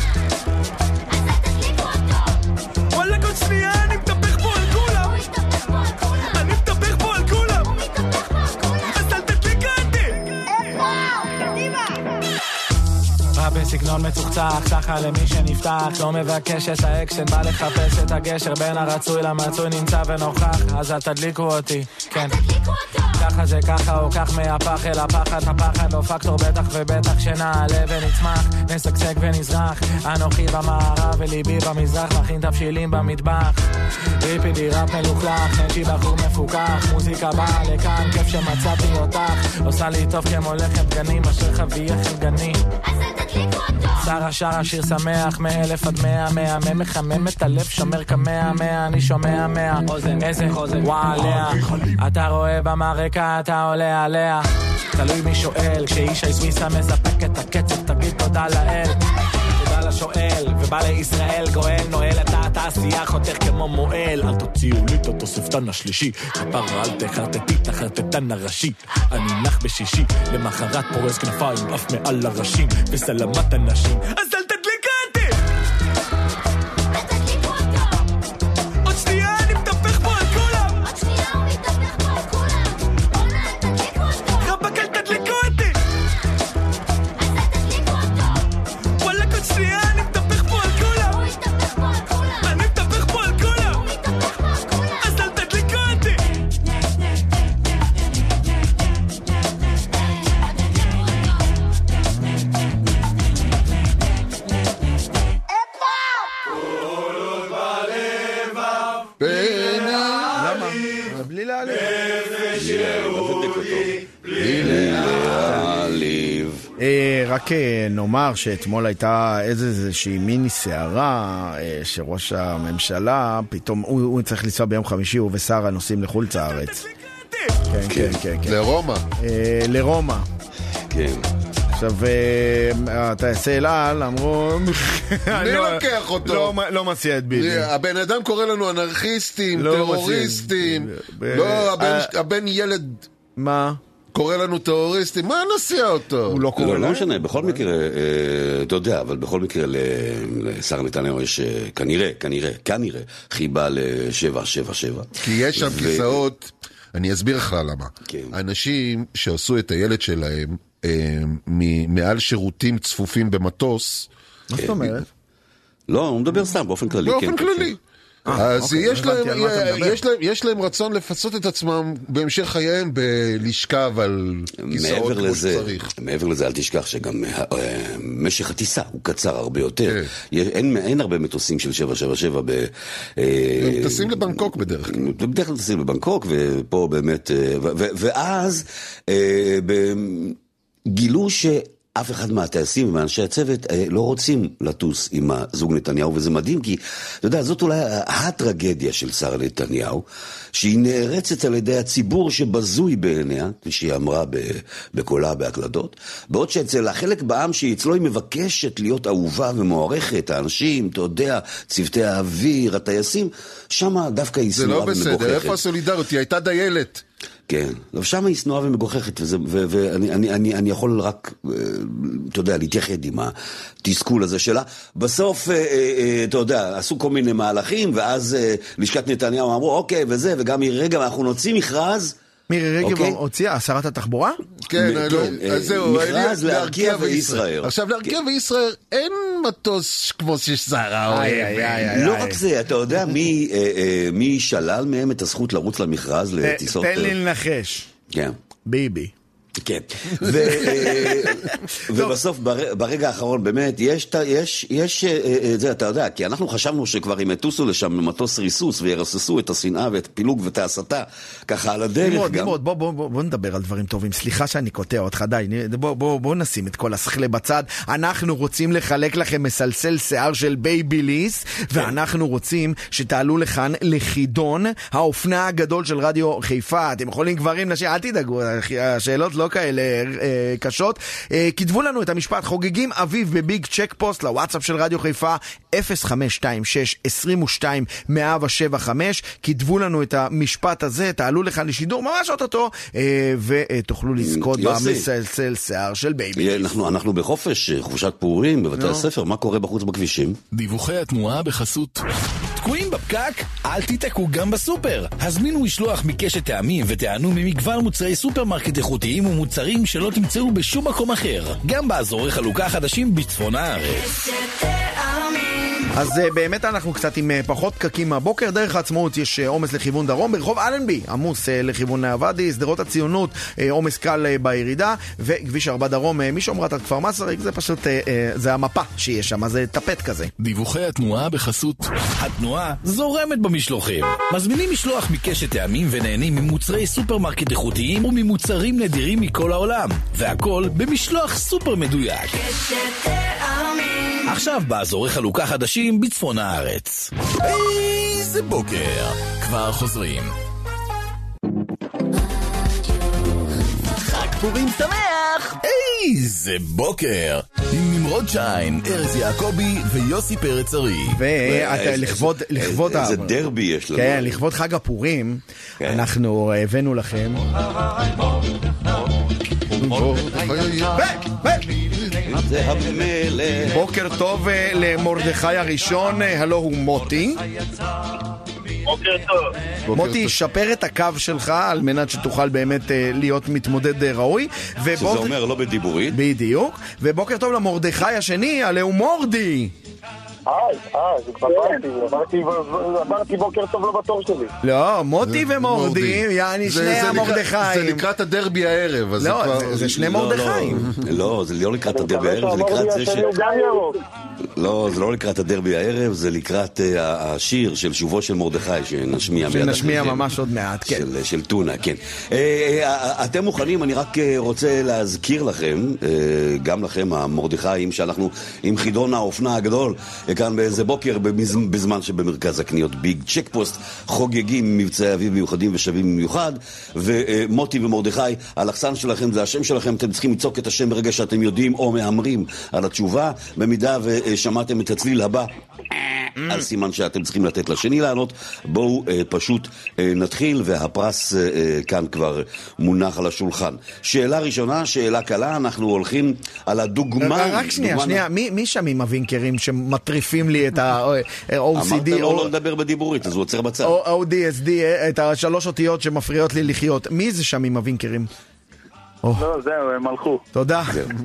אז אל תדליקו אותו! וואלק עוד שנייה אני מתהפך פה על כולם! הוא מתהפך פה על כולם! אני מתהפך פה על כולם! הוא מתהפך פה על כולם! אז אל תדליקו אותי! וואו! קדימה! בסגנון מצוחצח, צחה למי שנפתח, לא מבקש את האקשן, בא לחפש את הגשר בין הרצוי למצוי, נמצא ונוכח, אז אל תדליקו אותי, כן. תדליקו אותו! ככה זה ככה או כך מהפח אל הפחד, הפחד לא פקטור בטח ובטח שנעלה ונצמח, נשגשג ונזרח, אנוכי במערב וליבי במזרח, מכין תבשילים במטבח, ריפי דיראפ מלוכלך, נג'י בחור מפוקח, מוזיקה באה לכאן, כיף שמצאתי אותך, עושה לי טוב כמו לחם דגנים, אשר חוויה חלגני. אז אל תדליקו אותו! שרה שרה שיר שמח, 1,000 עד 100, מהמם מחמם את הלב, שומר כמאה, 100, אני שומע 100, איזה וואליה, אתה רואה במרקע, אתה עולה עליה, תלוי מי שואל, כשאיש היסוויסה מספק את הקצב, תגיד תודה לאל, תודה לשואל, ובא לישראל גואל, נועל את התעשייה, חותך כמו מועל, אל תוציאו לי את התוספתן השלישי, כפרה אל תחרטטי, תחרטטן הראשי, אני נח בשישי, למחרת פורס כנפיים, אף מעל הראשים, וסלמת הנשים, אז אל תדליקה אותי! ותדליקו אותו! עוד שנייה אני מתהפך פה על כולם! עוד שנייה הוא מתהפך פה על כולם! בונה, תדליקו אותו! חבק אל תדליקו אותי! אז אל תדליקו אותו! וואלק עוד שנייה אני מתהפך פה על כולם! הוא מתהפך פה על כולם! אני מתהפך פה על כולם! הוא מתהפך פה על כולם! אז אל תדליקו אותי! למה? בלי להעליב. רק נאמר שאתמול הייתה איזושהי מיני סערה שראש הממשלה פתאום, הוא צריך לנסוע ביום חמישי, הוא ושרה נוסעים לחוץ לארץ. כן. לרומא. לרומא. כן. עכשיו, הטייסי אל על אמרו, מי לוקח אותו? לא מציע את ביבי. הבן אדם קורא לנו אנרכיסטים, טרוריסטים. לא, הבן ילד... מה? קורא לנו טרוריסטים, מה נסיע אותו? הוא לא קורא. לא משנה, בכל מקרה, אתה יודע, אבל בכל מקרה לשר נתניהו יש כנראה חיבה ל-777. כי יש שם כיסאות, אני אסביר לך למה. כן. אנשים שעשו את הילד שלהם מעל שירותים צפופים במטוס. מה זאת אומרת? לא, הוא מדבר סתם, באופן כללי. באופן כללי. אז יש להם רצון לפצות את עצמם בהמשך חייהם בלשכב על כיסאות כמו שצריך. מעבר לזה, אל תשכח שגם משך הטיסה הוא קצר הרבה יותר. אין הרבה מטוסים של 777 הם טסים לבנקוק בדרך כלל. בדרך כלל טסים לבנקוק, ופה באמת, ואז גילו שאף אחד מהטייסים ומאנשי הצוות לא רוצים לטוס עם הזוג נתניהו, וזה מדהים כי, אתה יודע, זאת אולי הטרגדיה של שרה נתניהו, שהיא נערצת על ידי הציבור שבזוי בעיניה, כפי שהיא אמרה בקולה, בהקלדות, בעוד שאצל החלק בעם שאצלו היא מבקשת להיות אהובה ומוערכת, האנשים, אתה יודע, צוותי האוויר, הטייסים, שמה דווקא היא שנואה ומגוחכת. זה לא בסדר, איפה הסולידריות? היא הייתה דיילת. כן, שם היא שנואה ומגוחכת, ואני יכול רק, אתה יודע, להתייחד עם התסכול הזה שלה. בסוף, אתה יודע, עשו כל מיני מהלכים, ואז לשכת נתניהו אמרו, אוקיי, וזה, וגם רגע, אנחנו נוציא מכרז. מירי רגב הוציאה, שרת התחבורה? כן, זהו. מכרז לארקיע וישראל. עכשיו, לארקיע וישראל אין מטוס כמו ששרה אוהב. לא רק זה, אתה יודע מי שלל מהם את הזכות לרוץ למכרז לטיסות? תן לי לנחש. כן. ביבי. כן. ובסוף, ברגע האחרון, באמת, יש, אתה יודע, כי אנחנו חשבנו שכבר אם יטוסו לשם מטוס ריסוס וירססו את השנאה ואת פילוג ואת ההסתה, ככה על הדרך גם. בוא נדבר על דברים טובים. סליחה שאני קוטע אותך, די. בוא נשים את כל השכלה בצד. אנחנו רוצים לחלק לכם מסלסל שיער של בייביליס, ואנחנו רוצים שתעלו לכאן לחידון האופנה הגדול של רדיו חיפה. אתם יכולים גברים, נשים, אל תדאגו, השאלות לא כאלה קשות. כתבו לנו את המשפט חוגגים אביב בביג צ'ק פוסט לוואטסאפ של רדיו חיפה 0526-22-175. כתבו לנו את המשפט הזה, תעלו לכאן לשידור ממש אותו ותוכלו לזכות במסלסל שיער של בייבי. אנחנו בחופש, חופשת פורים בבתי הספר, מה קורה בחוץ בכבישים? דיווחי התנועה בחסות תקועים בפקק? אל תיתקעו גם בסופר. הזמינו משלוח מקשת טעמים ותענו ממגוון מוצרי סופרמרקט איכותיים ומוצרים שלא תמצאו בשום מקום אחר. גם באזורי חלוקה חדשים בצפון הארץ. אז באמת אנחנו קצת עם פחות פקקים מהבוקר. דרך העצמאות יש עומס לכיוון דרום, ברחוב אלנבי עמוס לכיוון הוואדי, סדרות הציונות עומס קל בירידה, וכביש 4 דרום משומרת עד כפר מסריק, זה פשוט, זה המפה שיש שם, זה טפט כזה. דיווחי התנועה בחסות התנועה זורמת במשלוחים. מזמינים משלוח מקשת טעמים ונהנים ממוצרי סופרמרקט איכותיים וממוצרים נדירים מכל העולם, והכל במשלוח סופר מדויק. קשת טעמים עכשיו באזורי חלוקה חדשים בצפון הארץ. איזה בוקר, כבר חוזרים. חג פורים שמח! איזה בוקר! עם נמרוד שיין, ארז יעקבי ויוסי פרץ ארי. ולכבוד איזה דרבי יש לנו. כן, לכבוד חג הפורים אנחנו הבאנו לכם בוקר טוב למרדכי הראשון, הלו הוא מוטי. בוקר טוב. מוטי, שפר את הקו שלך על מנת שתוכל באמת להיות מתמודד ראוי. שזה אומר לא בדיבורית. בדיוק. ובוקר טוב למרדכי השני, הלו הוא מורדי. זה כבר אמרתי בוקר טוב לא בתור שלי. לא, מוטי ומורדי, יעני שני המורדכיים. זה לקראת הדרבי הערב. לא, זה שני מורדכיים. לא, זה לא לקראת הדרבי הערב, זה לקראת זה לא, זה לא לקראת הדרבי הערב, זה לקראת השיר של שובו של מרדכי, שנשמיע מיד. שנשמיע ממש עוד מעט, כן. של טונה, כן. אתם מוכנים, אני רק רוצה להזכיר לכם, גם לכם המרדכיים, שאנחנו עם חידון האופנה הגדול, כאן באיזה בוקר, בזמן שבמרכז הקניות ביג צ'ק פוסט, חוגגים מבצעי אביב מיוחדים ושווים במיוחד, ומוטי ומרדכי, הלחסן שלכם זה השם שלכם, אתם צריכים לצוק את השם ברגע שאתם יודעים או מאמרים על התשובה, במידה ושמעתם את הצליל הבא, על סימן שאתם צריכים לתת לשני לענות. בואו פשוט נתחיל, והפרס כאן כבר מונח על השולחן. שאלה ראשונה, שאלה קלה, אנחנו הולכים על הדוגמה. רק שנייה, מי שם עם הווינקרים שמטריפים לי את ה-OCD? אמרת לו לא לדבר בדיבורית, אז הוא עוצר בצד. ODSD, את השלוש אותיות שמפריעות לי לחיות. מי זה שם עם הווינקרים? לא, זהו, הם הלכו. תודה.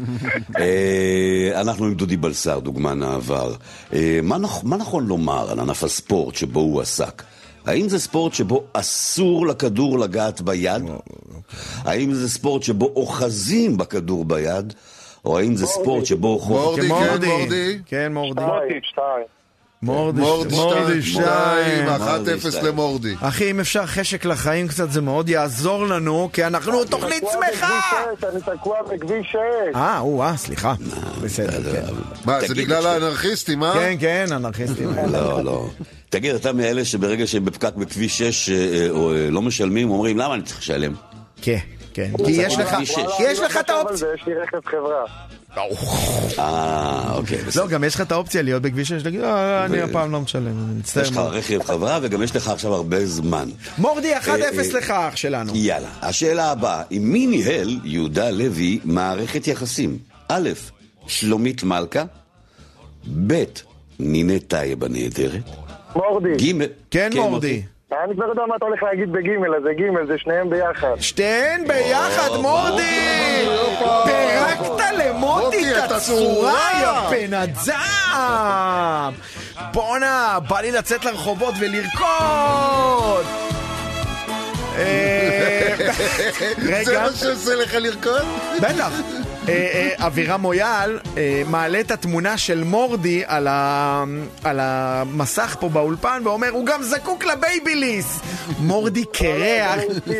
אנחנו עם דודי בלסר, דוגמן העבר. מה נכון לומר על ענף הספורט שבו הוא עסק? האם זה ספורט שבו אסור לכדור לגעת ביד? האם זה ספורט שבו אוחזים בכדור ביד? או האם זה ספורט שבו... מורדי. כן, מורדי. מורדי 2, 1-0 למורדי. אחי, אם אפשר חשק לחיים קצת, זה מאוד יעזור לנו, כי אנחנו תוכנית שמחה. אני תקוע בכביש 6. סליחה. בסדר, כן. מה, זה בגלל האנרכיסטים, אה? כן, אנרכיסטים. לא. תגיד, אתה מאלה שברגע שהם בפקק בכביש 6 לא משלמים, אומרים, למה אני צריך לשלם? כן. כי יש לך את האופציה. יש לי רכב חברה. אוקיי. לא, גם יש לך את האופציה להיות בכביש 6, להגיד, אני הפעם לא משלם, אני מצטער. יש לך רכב חברה וגם יש לך עכשיו הרבה זמן. מורדי 1-0 לך, אח שלנו. יאללה, השאלה הבאה, עם מי ניהל יהודה לוי מערכת יחסים? א', שלומית מלכה, ב', נינת טייב הנהדרת, מורדי. ג', כן, מורדי. אני כבר יודע מה אתה הולך להגיד בגימל, אז זה גימל, זה שניהם ביחד. שתיהן ביחד, מורדי! פירקת למוטי את הצורה, יא בן אדם! בונה, בא לי לצאת לרחובות ולרקוד! זה מה שעושה לך לרקוד? בטח. אבירם מויאל מעלה את התמונה של מורדי על המסך פה באולפן ואומר, הוא גם זקוק לבייביליס. מורדי קרח.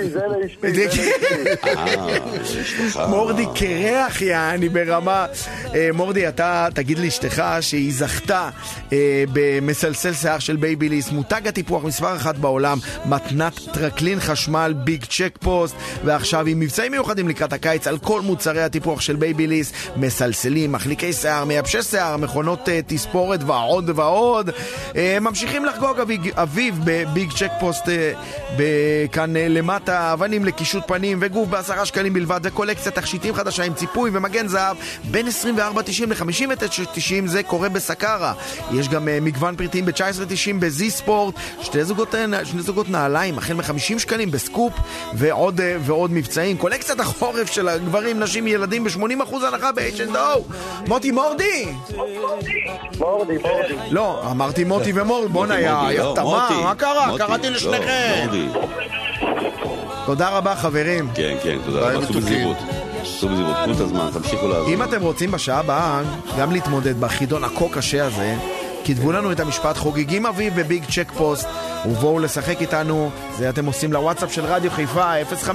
מורדי קרח, יעני ברמה. מורדי, אתה תגיד לאשתך שהיא זכתה במסלסל שיער של בייביליס, מותג הטיפוח מספר 1 בעולם, מתנת טרקלין חשמל, ביג צ'ק פוסט, ועכשיו עם מבצעים מיוחדים לקראת הקיץ על כל מוצרי הטיפוח של בייביליס, מסלסלים, מחליקי שיער, מייבשי שיער, מכונות תספורת ועוד ועוד. ממשיכים לחגוג אביב בביג צ'ק פוסט כאן למטה, אבנים לקישוט פנים וגוף ב10 שקלים בלבד, וקולקציית תכשיטים חדשה עם ציפוי ומגן זהב בין 24.90 ל-59.90. זה קורה בסקרה. יש גם מגוון פריטים ב-19.90 בזי ספורט, שני זוגות נעליים החל מ-50 שקלים בסקופ, ועוד מבצעים. קולקציית החורף של הגברים, נשים, ילדים ב-80% הנחה ב-H&O. מוטי מורדי? מורדי. לא, אמרתי מוטי ומורדי. בונה, יא תמה, מה קרה? קראתי לשניכם. תודה רבה, חברים. כן, תודה רבה. סעו בזהירות, תנו את הזמן, תמשיכו לעזור. אם אתם רוצים בשעה הבאה גם להתמודד בחידון הכה קשה הזה, כתבו לנו את המשפט חוגגים אביב בביג צ'ק פוסט ובואו לשחק איתנו. זה אתם עושים לוואטסאפ של רדיו חיפה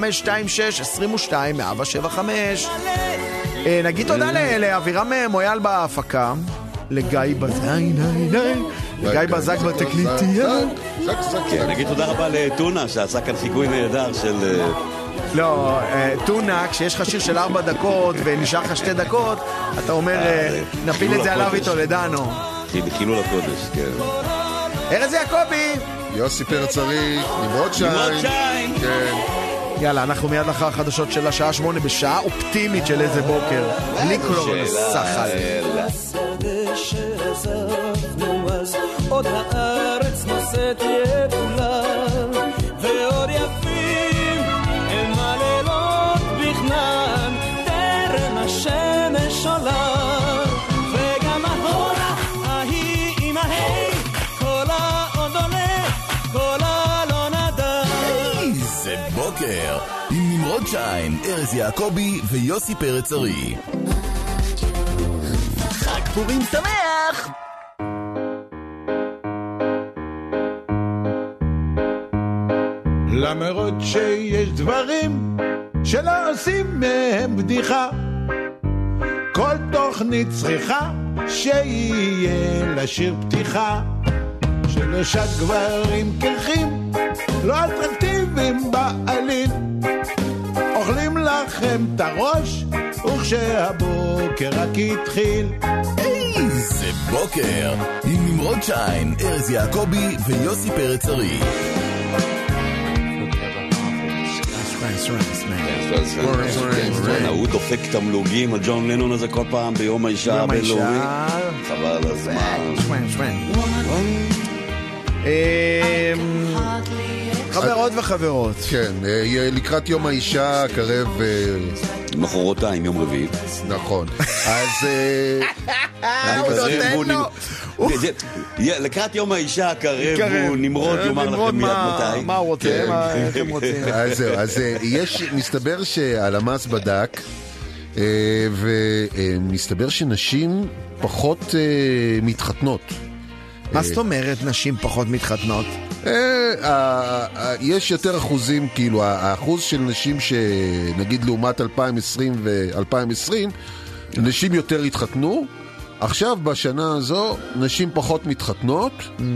0526-22-175. נגיד תודה לאבירם מויאל בהפקה, לגיא בזק בתקליטיה. נגיד תודה רבה לטונה שעשה כאן חיקוי נהדר של... לא, טונה, כשיש לך שיר של 4 דקות ונשאר לך 2 דקות, אתה אומר נפיל את זה עליו איתו לדנו. חילול הקודש, כן. ארז יעקבי, יוסי פרץ ארי, נמרוד שיין. כן. יאללה, אנחנו מיד לאחר החדשות של השעה 8 בשעה אופטימית של איזה בוקר. בלי קלורן סחל. עוד הארץ נושאת יבולה ועוד יפים הם הלילות בכנען טרם השמש עולה וגם ההורה ההיא עם ההי קולה עוד עולה קולה לא נדע. איזה בוקר עם נמרוד שיין, ארז יעקבי ויוסי פרץ ארי. חג פורים שמח. למרות שיש דברים שלא עושים מהם בדיחה, כל תוכנית צריכה שיהיה לשיר פתיחה. 3 גברים קרחים לא אטרקטיביים בעליל אוכלים לכם את הראש וכשהבוקר רק התחיל. איזה בוקר עם נמרוד שיין, ארז יעקבי ויוסי פרץ ארי. הוא דופק תמלוגים על ג'ון לנון הזה כל פעם ביום האישה הבינלאומי. חבל על הזמן. חברות וחברות, כן, לקראת יום האישה קרב מחרתיים, יום רביעי. נכון. אז לקראת יום האישה הקרב הוא נמרוד יאמר לכם מיד מתי. מה הוא רוצה, איך הם רוצים. אז מסתבר שהלמ"ס בדק ומסתבר שנשים פחות מתחתנות מה זאת אומרת נשים פחות מתחתנות? יש יותר אחוזים, כאילו האחוז של נשים שנגיד לעומת 2020 ו-2020 נשים יותר התחתנו. עכשיו בשנה הזו נשים פחות מתחתנות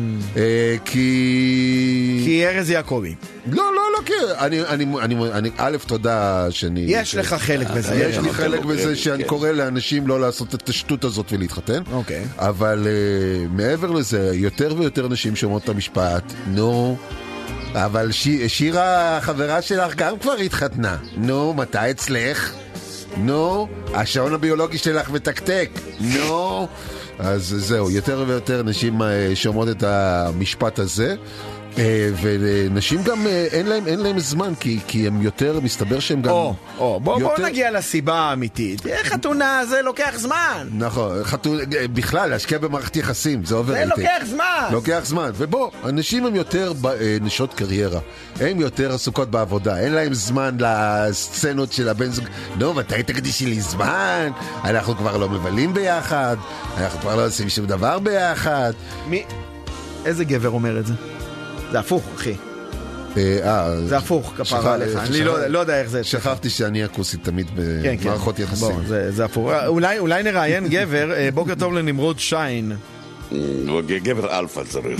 כי ארז יעקבי. לא, אני א' תודה שאני... יש לך חלק בזה. יש לי חלק בזה שאני קורא לאנשים לא לעשות את השטות הזאת ולהתחתן. אוקיי. אבל מעבר לזה, יותר ויותר נשים שומעות את המשפט, נו, אבל שירה, החברה שלך גם כבר התחתנה. נו, מתי אצלך? נו, השעון הביולוגי שלך מתקתק. נו. אז זהו, יותר ויותר נשים שומעות את המשפט הזה. ונשים גם אין להם זמן כי הם יותר, מסתבר שהם גם בוא נגיע לסיבה האמיתית. חתונה זה לוקח זמן. נכון, בכלל להשקיע במערכת יחסים זה עובר, זה לוקח זמן, ובוא, אנשים הם יותר נשות קריירה, הם יותר עסוקות בעבודה, אין להם זמן לסצנות של הבן זוג. נו, מתי תקדישי לי זמן? אנחנו כבר לא מבלים ביחד, אנחנו כבר לא עושים שום דבר ביחד. איזה גבר אומר את זה? זה הפוך, אחי. זה הפוך, כפרה עליך. אני לא יודע איך זה. שכחתי שאני אקוסי תמיד במערכות יחסים. זה הפוך. אולי נראיין גבר. בוקר טוב לנמרוד שיין. גבר אלפא צריך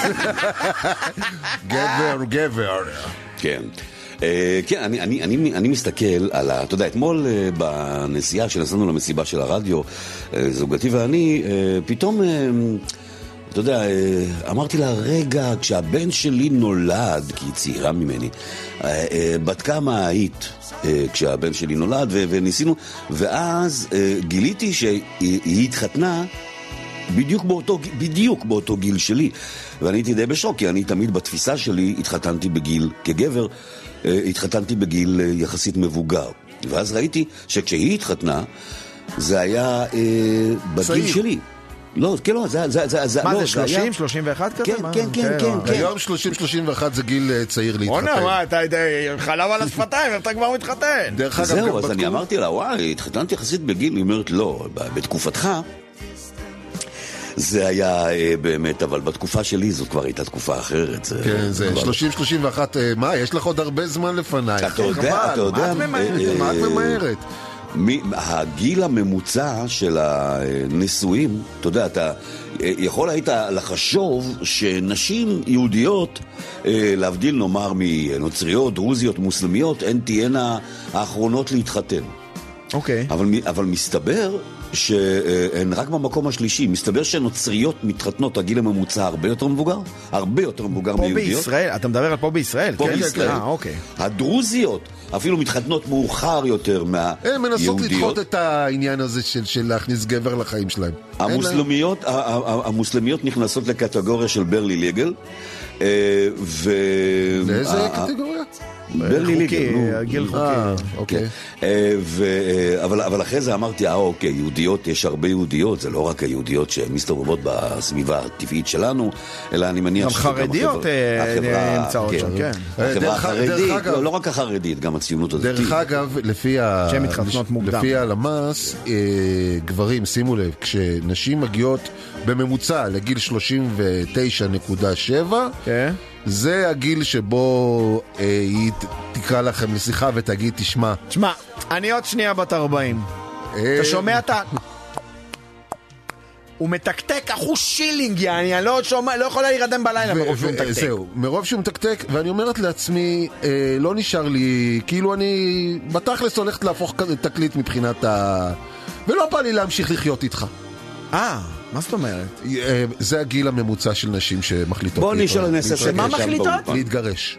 לומר. גבר. כן. כן, אני מסתכל על אתה יודע, אתמול בנסיעה שנסענו למסיבה של הרדיו, זוגתי ואני, פתאום... אתה יודע, אמרתי לה, רגע, כשהבן שלי נולד, כי היא צעירה ממני, בת כמה היית כשהבן שלי נולד, וניסינו, ואז גיליתי שהיא התחתנה בדיוק באותו גיל שלי, ואני הייתי די בשוק, כי אני תמיד בתפיסה שלי התחתנתי בגיל, כגבר, התחתנתי בגיל יחסית מבוגר, ואז ראיתי שכשהיא התחתנה, זה היה בגיל שלי. לא, כן, לא, זה... מה זה, 30, 31 כזה? כן. היום 30-31 זה גיל צעיר להתחתן. עונה, מה, אתה חלב על השפתיים, אתה כבר מתחתן. זהו, אז אני אמרתי לה, וואי, התחתנתי יחסית בגיל, היא אומרת, לא, בתקופתך זה היה באמת, אבל בתקופה שלי זאת כבר הייתה תקופה אחרת. כן, זה 30-31, מה, יש לך עוד הרבה זמן לפניי. אתה יודע, מה את ממהרת? הגיל הממוצע של הנישואים, אתה יודע, אתה יכול היית לחשוב שנשים יהודיות, להבדיל נאמר מנוצריות, דרוזיות, מוסלמיות, הן תהיינה האחרונות להתחתן. אוקיי. אבל מסתבר שהן רק במקום השלישי. מסתבר שנוצריות מתחתנות הגיל הממוצע הרבה יותר מבוגר מיהודיות. פה בישראל? אתה מדבר על פה בישראל? פה בישראל. אוקיי. הדרוזיות אפילו מתחתנות מאוחר יותר מהיהודיות. הן מנסות לדחות את העניין הזה של להכניס גבר לחיים שלהם. המוסלמיות נכנסות לקטגוריה של ברלי ליגל. לאיזה קטגוריה? גיל חוקי. אוקיי. אבל אחרי זה אמרתי, אוקיי, יהודיות, יש הרבה יהודיות, זה לא רק היהודיות שמסתובבות בסביבה הטבעית שלנו, אלא אני מניח גם חרדיות נמצאות שם, כן. החברה החרדית, לא רק החרדית, גם הציונות הדתית. דרך אגב, לפי הלמ"ס, גברים, שימו לב, כשנשים מגיעות בממוצע לגיל 39.7, זה הגיל שבו היא תקרא לכם לשיחה ותגיד, תשמע, אני עוד שנייה בת 40. אתה שומע אתה? הוא מתקתק אחוז שילינג, אני לא יכולה להירדם בלילה מרוב שהוא מתקתק. זהו, מרוב שהוא מתקתק, ואני אומרת לעצמי, לא נשאר לי, כאילו אני בתכלס הולכת להפוך תקליט מבחינת ולא בא לי להמשיך לחיות איתך. מה זאת אומרת? זה הגיל הממוצע של נשים שמחליטות. בוא נשאל לנסה שמה מחליטות? להתגרש.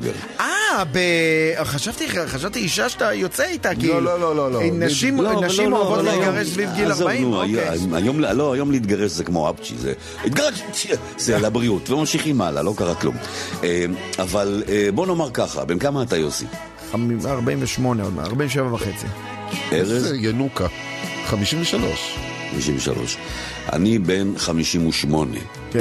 חשבתי אישה שאתה יוצא איתה, לא. נשים אוהבות להתגרש סביב גיל 40. היום להתגרש זה כמו אפצ'י, זה לבריאות, וממשיכים הלאה, לא קרה כלום. אבל בוא נאמר ככה, בין כמה אתה יוסי? 48 עוד מעט, 47 וחצי. ארז? ינוקה, 53. אני בן 58.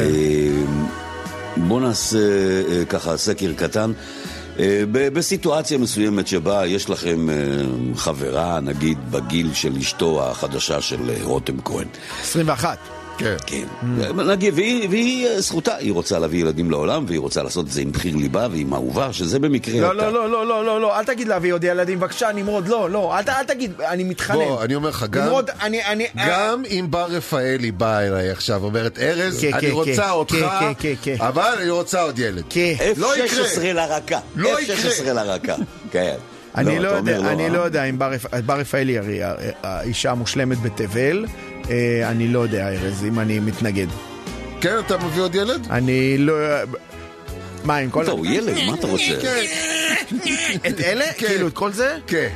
בוא נעשה ככה סקר קטן. בסיטואציה מסוימת שבה יש לכם חברה, נגיד בגיל של אשתו החדשה של רותם כהן. 21. כן. והיא זכותה, היא רוצה להביא ילדים לעולם, והיא רוצה לעשות את זה עם בחיר ליבה ועם אהובה, שזה במקרה... לא, אל תגיד להביא עוד ילדים, בבקשה, נמרוד, לא, אל תגיד, אני מתחנן. בוא, אני אומר לך, גם אם בר רפאלי באה אליי עכשיו, אומרת, ארז, אני רוצה אותך, אבל אני רוצה עוד ילד. F16 לרקה. לא יקרה. F16 לרקה, כן. אני לא יודע אם בר רפאלי הרי האישה המושלמת בתבל, אני לא יודע, ארז, אם אני מתנגד. כן, אתה מביא עוד ילד? אני לא... מה, עם כל... טוב, ילד, מה אתה רוצה? את אלה? כאילו, את כל זה? כן.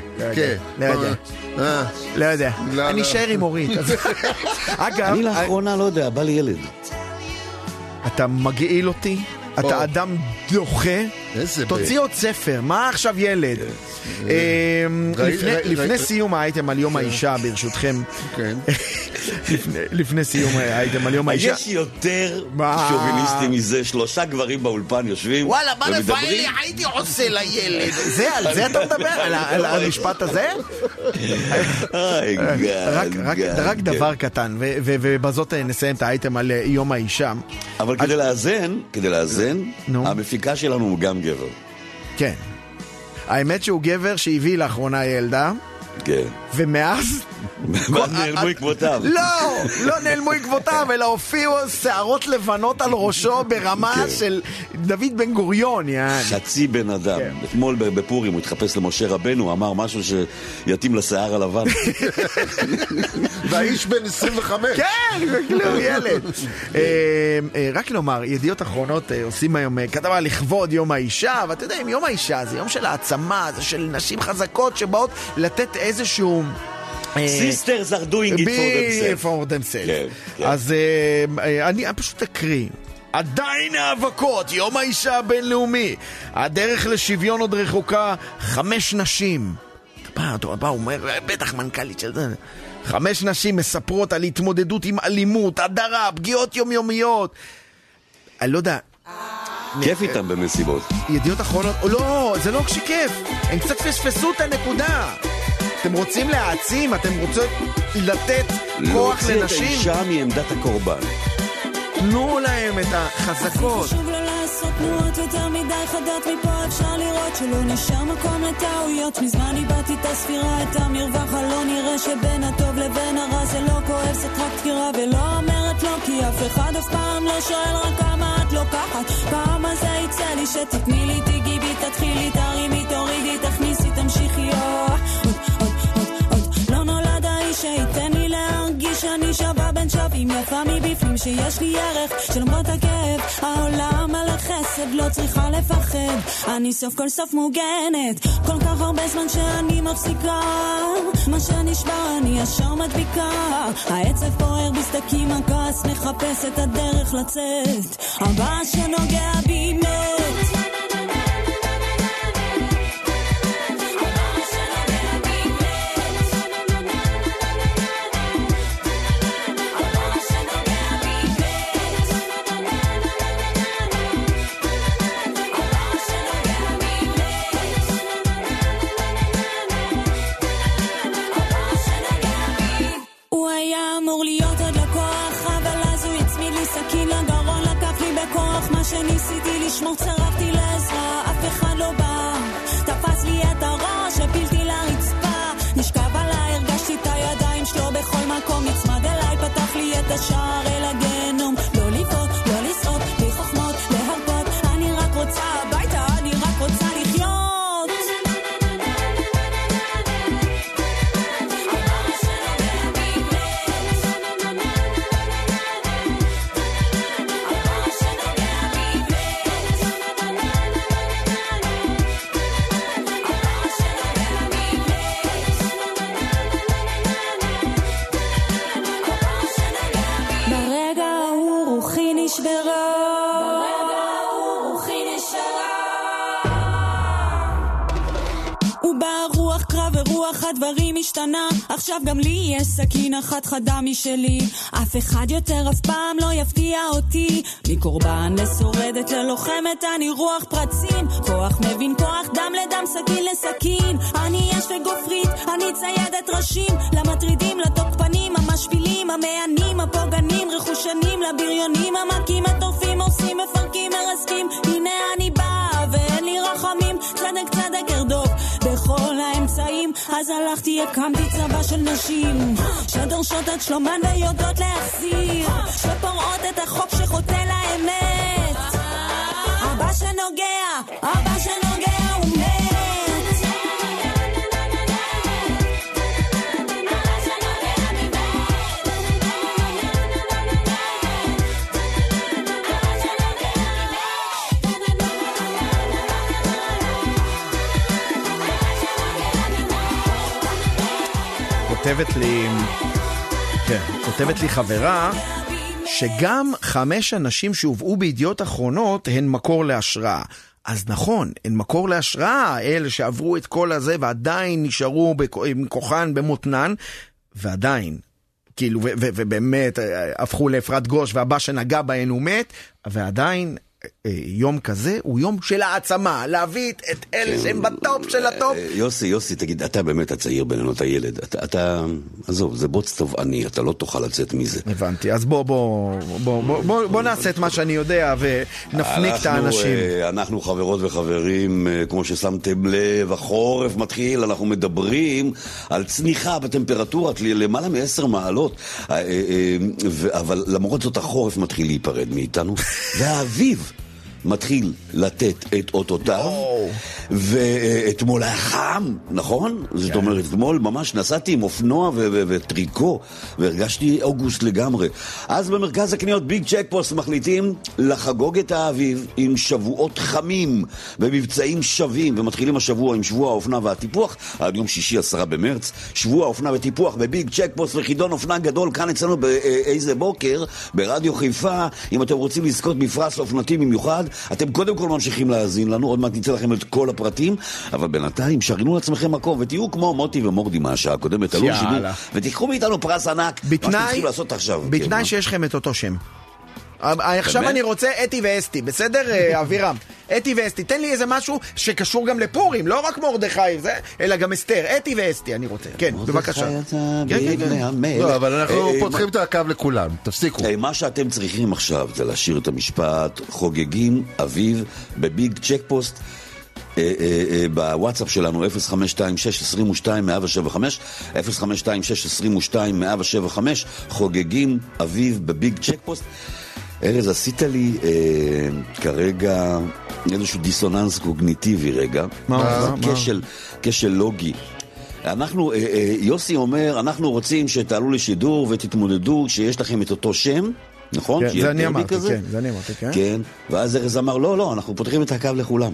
לא יודע. אני אשאר עם אורית. אגב... אני לאחרונה לא יודע, בא לי ילד. אתה מגעיל אותי? אתה אדם דוחה? תוציא עוד ספר, מה עכשיו ילד? לפני סיום האייטם על יום האישה, ברשותכם. לפני סיום האייטם על יום האישה. יש יותר שוביניסטי מזה, 3 גברים באולפן יושבים וואלה, מה רפאלי הייתי עושה לילד? על זה אתה מדבר? על המשפט הזה? רק דבר קטן, ובזאת נסיים את האייטם על יום האישה. אבל כדי לאזן, המפיקה שלנו הוא גם גבר. כן. האמת שהוא גבר שהביא לאחרונה ילדה. כן. ומאז... נעלמו עקבותיו. לא נעלמו עקבותיו, אלא הופיעו שערות לבנות על ראשו ברמה של דוד בן גוריון. חצי בן אדם. אתמול בפורים הוא התחפש למשה רבנו, הוא אמר משהו שיתאים לשיער הלבן. והאיש בן 25. כן, כאילו ילד. רק לומר, ידיעות אחרונות עושים היום כתבה לכבוד יום האישה, ואתה יודע, יום האישה זה יום של העצמה, זה של נשים חזקות שבאות לתת איזשהו... Sisters are doing it for themselves. אז אני פשוט אקריא. עדיין האבקות, יום האישה הבינלאומי. הדרך לשוויון עוד רחוקה. 5 נשים. הוא אומר, בטח מנכ"לית של זה. 5 נשים מספרות על התמודדות עם אלימות, הדרה, פגיעות יומיומיות. אני לא יודע. כיף איתם במסיבות. ידיעות אחרונות, לא, זה לא שכיף. הם קצת פספסו את הנקודה. אתם רוצים להעצים, אתם רוצים לתת כוח לנשים. להוציא את האישה מעמדת הקורבן. תנו להם את החזקות. חשוב לא לעשות תנועות יותר מדי חדות, מפה אפשר לראות שלא נשאר מקום לטעויות. מזמן איבדתי את הספירה, את המרווח הלא נראה שבין הטוב לבין הרע. זה לא כואב, זה רק דקירה ולא אומרת לא, כי אף אחד אף פעם לא שואל רק כמה את לוקחת. כמה זה יצא לי שתתני לי, תיגעי בי, תתחילי, תרימי, תורידי, תכניסי, תמשיכי. לא נולד האיש שייתן לי להרגיש שאני שווה בין שווים, יפה מבפנים שיש לי ערך שלמרות הכאב העולם על החסד, לא צריכה לפחד, אני סוף כל סוף מוגנת. כל כך הרבה זמן שאני מפסיקה, מה שנשבר אני ישר מדביקה. העצב פוער בסדקים, הכעס מחפש את הדרך לצאת, הבא שנוגע בי מת. שניסיתי לשמור, צרפתי לעזרה, אף אחד לא בא, תפס לי את הראש, הפילתי לרצפה, נשכב עליי, הרגשתי את הידיים שלו בכל מקום, נצמד אליי, פתח לי את השער אל הגנום, לא לבעוט, לא לסעוד, בלי חוכמות, להרפות, אני רק רוצה הביתה, אני רק רוצה לחיות. הדברים השתנה, עכשיו גם לי יש סכין אחת חדה משלי, אף אחד יותר אף פעם לא יפתיע אותי, מקורבן לשורדת ללוחמת אני רוח פרצים, כוח מבין כוח, דם לדם, סכין לסכין, אני יש וגופרית, אני ציידת ראשים, למטרידים, לתוקפנים, ממש השפילים, המענים, הפוגנים, רכושנים, לבריונים, המקים, הטורפים, עושים, מפרקים, מרסקים. הנה אני באה ואין לי רחמים, צדק צדק ארדוף בכל האמצעים. אז הלכתי, הקמתי צבא של נשים שדורשות את שלומן ויודעות להחזיר, שפורעות את החוק שחוטא לאמת. אבא שנוגע, אבא שנוגע הוא מת. כותבת לי חברה שגם 5 אנשים שהובאו בידיעות אחרונות הן מקור להשראה. אז נכון, הן מקור להשראה, אלה שעברו את כל הזה ועדיין נשארו עם כוחן במותנן, ועדיין, כאילו, ובאמת הפכו לאפרת גוש והבא שנגע בהן הוא מת, ועדיין יום כזה הוא יום של העצמה, להביא את אלה שהם בטופ של הטופ. יוסי, תגיד, אתה באמת הצעיר בינינו, אתה ילד, אתה, עזוב, זה בוץ טובעני, אתה לא תוכל לצאת מזה. הבנתי, אז בוא נעשה את מה שאני יודע ונפניק את האנשים. אנחנו חברות וחברים, כמו ששמתם לב, החורף מתחיל, אנחנו מדברים על צניחה בטמפרטורת למעלה מ10 מעלות, אבל למרות זאת החורף מתחיל להיפרד מאיתנו, והאביב מתחיל לתת את אותותיו, ואתמול היה חם, נכון? זאת אומרת, אתמול ממש נסעתי עם אופנוע וטריקו, והרגשתי אוגוסט לגמרי. אז במרכז הקניות ביג צ'קפוסט מחליטים לחגוג את האביב עם שבועות חמים ומבצעים שווים, ומתחילים השבוע עם שבוע האופנה והטיפוח, עד יום שישי 10 במרץ, שבוע האופנה וטיפוח בביג צ'קפוסט וחידון אופנה גדול כאן אצלנו באיזה בוקר, ברדיו חיפה. אם אתם רוצים לזכות בפרס אופנתי במיוחד, אתם קודם כל ממשיכים להאזין לנו, עוד מעט ניצא לכם את כל הפרטים, אבל בינתיים שרינו לעצמכם מקום, ותהיו כמו מוטי ומורדי מהשעה הקודמת, תלו שידור, ותיקחו מאיתנו פרס ענק, מה שאתם צריכים לעשות עכשיו. בתנאי שיש לכם את אותו שם. עכשיו אני רוצה אתי ואסתי, בסדר אבירם? אתי ואסתי, תן לי איזה משהו שקשור גם לפורים, לא רק מורדכי, אלא גם אסתר, אתי ואסתי אני רוצה. כן, בבקשה. לא, אבל אנחנו פותחים את הקו לכולם, תפסיקו. מה שאתם צריכים עכשיו זה להשאיר את המשפט חוגגים אביב בביג צ'קפוסט, בוואטסאפ שלנו 052-622-175 052-622-175, חוגגים אביב בביג צ'קפוסט. ארז, עשית לי כרגע איזשהו דיסוננס קוגניטיבי רגע. מה? כשל לוגי. אנחנו, יוסי אומר, אנחנו רוצים שתעלו לשידור ותתמודדו שיש לכם את אותו שם, נכון? כן, זה אני אמרתי, כן, זה אני אמרתי, כן. כן, ואז ארז אמר, לא, אנחנו פותחים את הקו לכולם.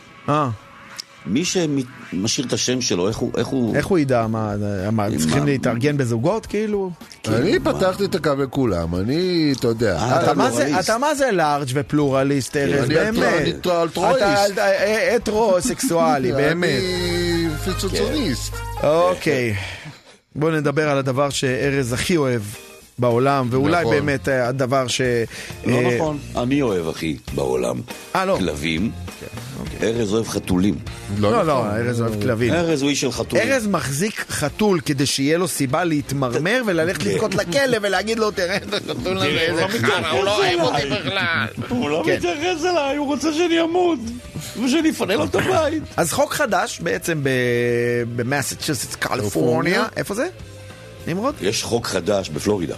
מי שמשאיר את השם שלו, איך הוא ידע? מה, צריכים להתארגן בזוגות כאילו? אני פתחתי את הקו לכולם, אני, אתה יודע. אתה מה זה לארג' ופלורליסט, ארז, באמת? אני אלטרואיסט. אתה הטרוסקסואלי, באמת. אני פיצוצוניסט. אוקיי, בוא נדבר על הדבר שארז הכי אוהב בעולם, ואולי באמת הדבר ש... לא נכון, אני אוהב הכי בעולם. כלבים. ארז אוהב חתולים. לא, ארז אוהב כלבים. ארז הוא איש של חתולים. ארז מחזיק חתול כדי שיהיה לו סיבה להתמרמר וללכת לבכות לכלב ולהגיד לו, תראה את החתול הזה, איזה חרא, הוא לא אוהב אותי בכלל. הוא לא מתייחס אליי, הוא רוצה שאני אמות ושאני אפנה לו את הבית. אז חוק חדש בעצם במסצ'וסטס, קליפורניה. איפה זה? נמרוד? יש חוק חדש בפלורידה.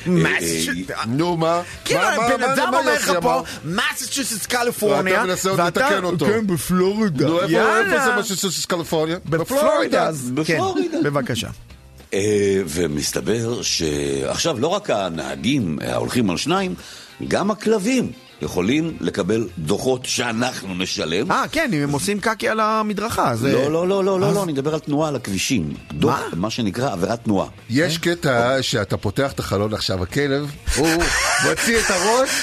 נו, מה? כאילו, בן אדם אומר לך פה, מסצ'וסטס, קליפורניה, ואתה מנסה עוד לתקן אותו. כן, בפלורידה. נו, איפה זה מסצ'וסטס, קליפורניה? בפלורידה. כן, בבקשה. ומסתבר שעכשיו לא רק הנהגים ההולכים על שניים, גם הכלבים יכולים לקבל דוחות שאנחנו נשלם. כן, אם הם עושים קקי על המדרכה. לא, אני מדבר על תנועה על הכבישים. דוח, מה שנקרא עבירת תנועה. יש קטע שאתה פותח את החלון עכשיו, הכלב, הוא מוציא את הראש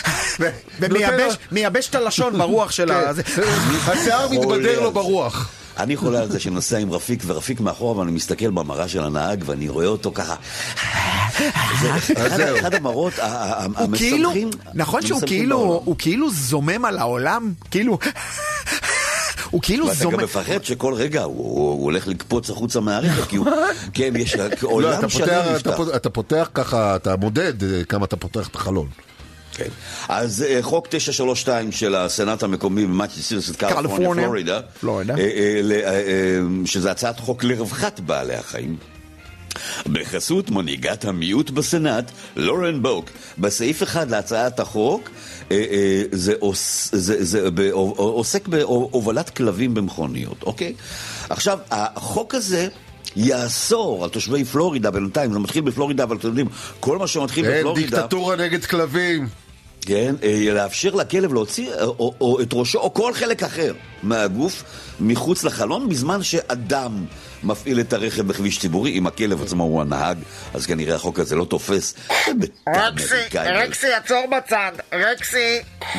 ומייבש את הלשון ברוח של השיער מתבדר לו ברוח. אני חולה על זה שנוסע עם רפיק, ורפיק מאחורה, ואני מסתכל במראה של הנהג, ואני רואה אותו ככה. זה אחד המראות המסמכים. נכון שהוא כאילו זומם על העולם, כאילו... הוא כאילו ואתה גם מפחד שכל רגע הוא הולך לקפוץ החוצה מהרכב, כי כן, יש עולם שלם נפתח. אתה פותח ככה, אתה מודד כמה אתה פותח את החלון. כן. אז חוק 932 של הסנאט המקומי במסצ'וסטס, קליפורניה, פלורידה, שזה הצעת חוק לרווחת בעלי החיים, בחסות מנהיגת המיעוט בסנאט, לורן בוק, בסעיף אחד להצעת החוק, זה עוסק בהובלת כלבים במכוניות, אוקיי? עכשיו, החוק הזה יאסור על תושבי פלורידה, בינתיים, זה מתחיל בפלורידה, אבל אתם יודעים, כל מה שמתחיל בפלורידה... דיקטטורה נגד כלבים. כן, לאפשר לכלב להוציא או את ראשו או כל חלק אחר מהגוף מחוץ לחלון, בזמן שאדם מפעיל את הרכב בכביש ציבורי. אם הכלב עצמו הוא הנהג, אז כנראה החוק הזה לא תופס. רקסי, עצור בצד, רקסי.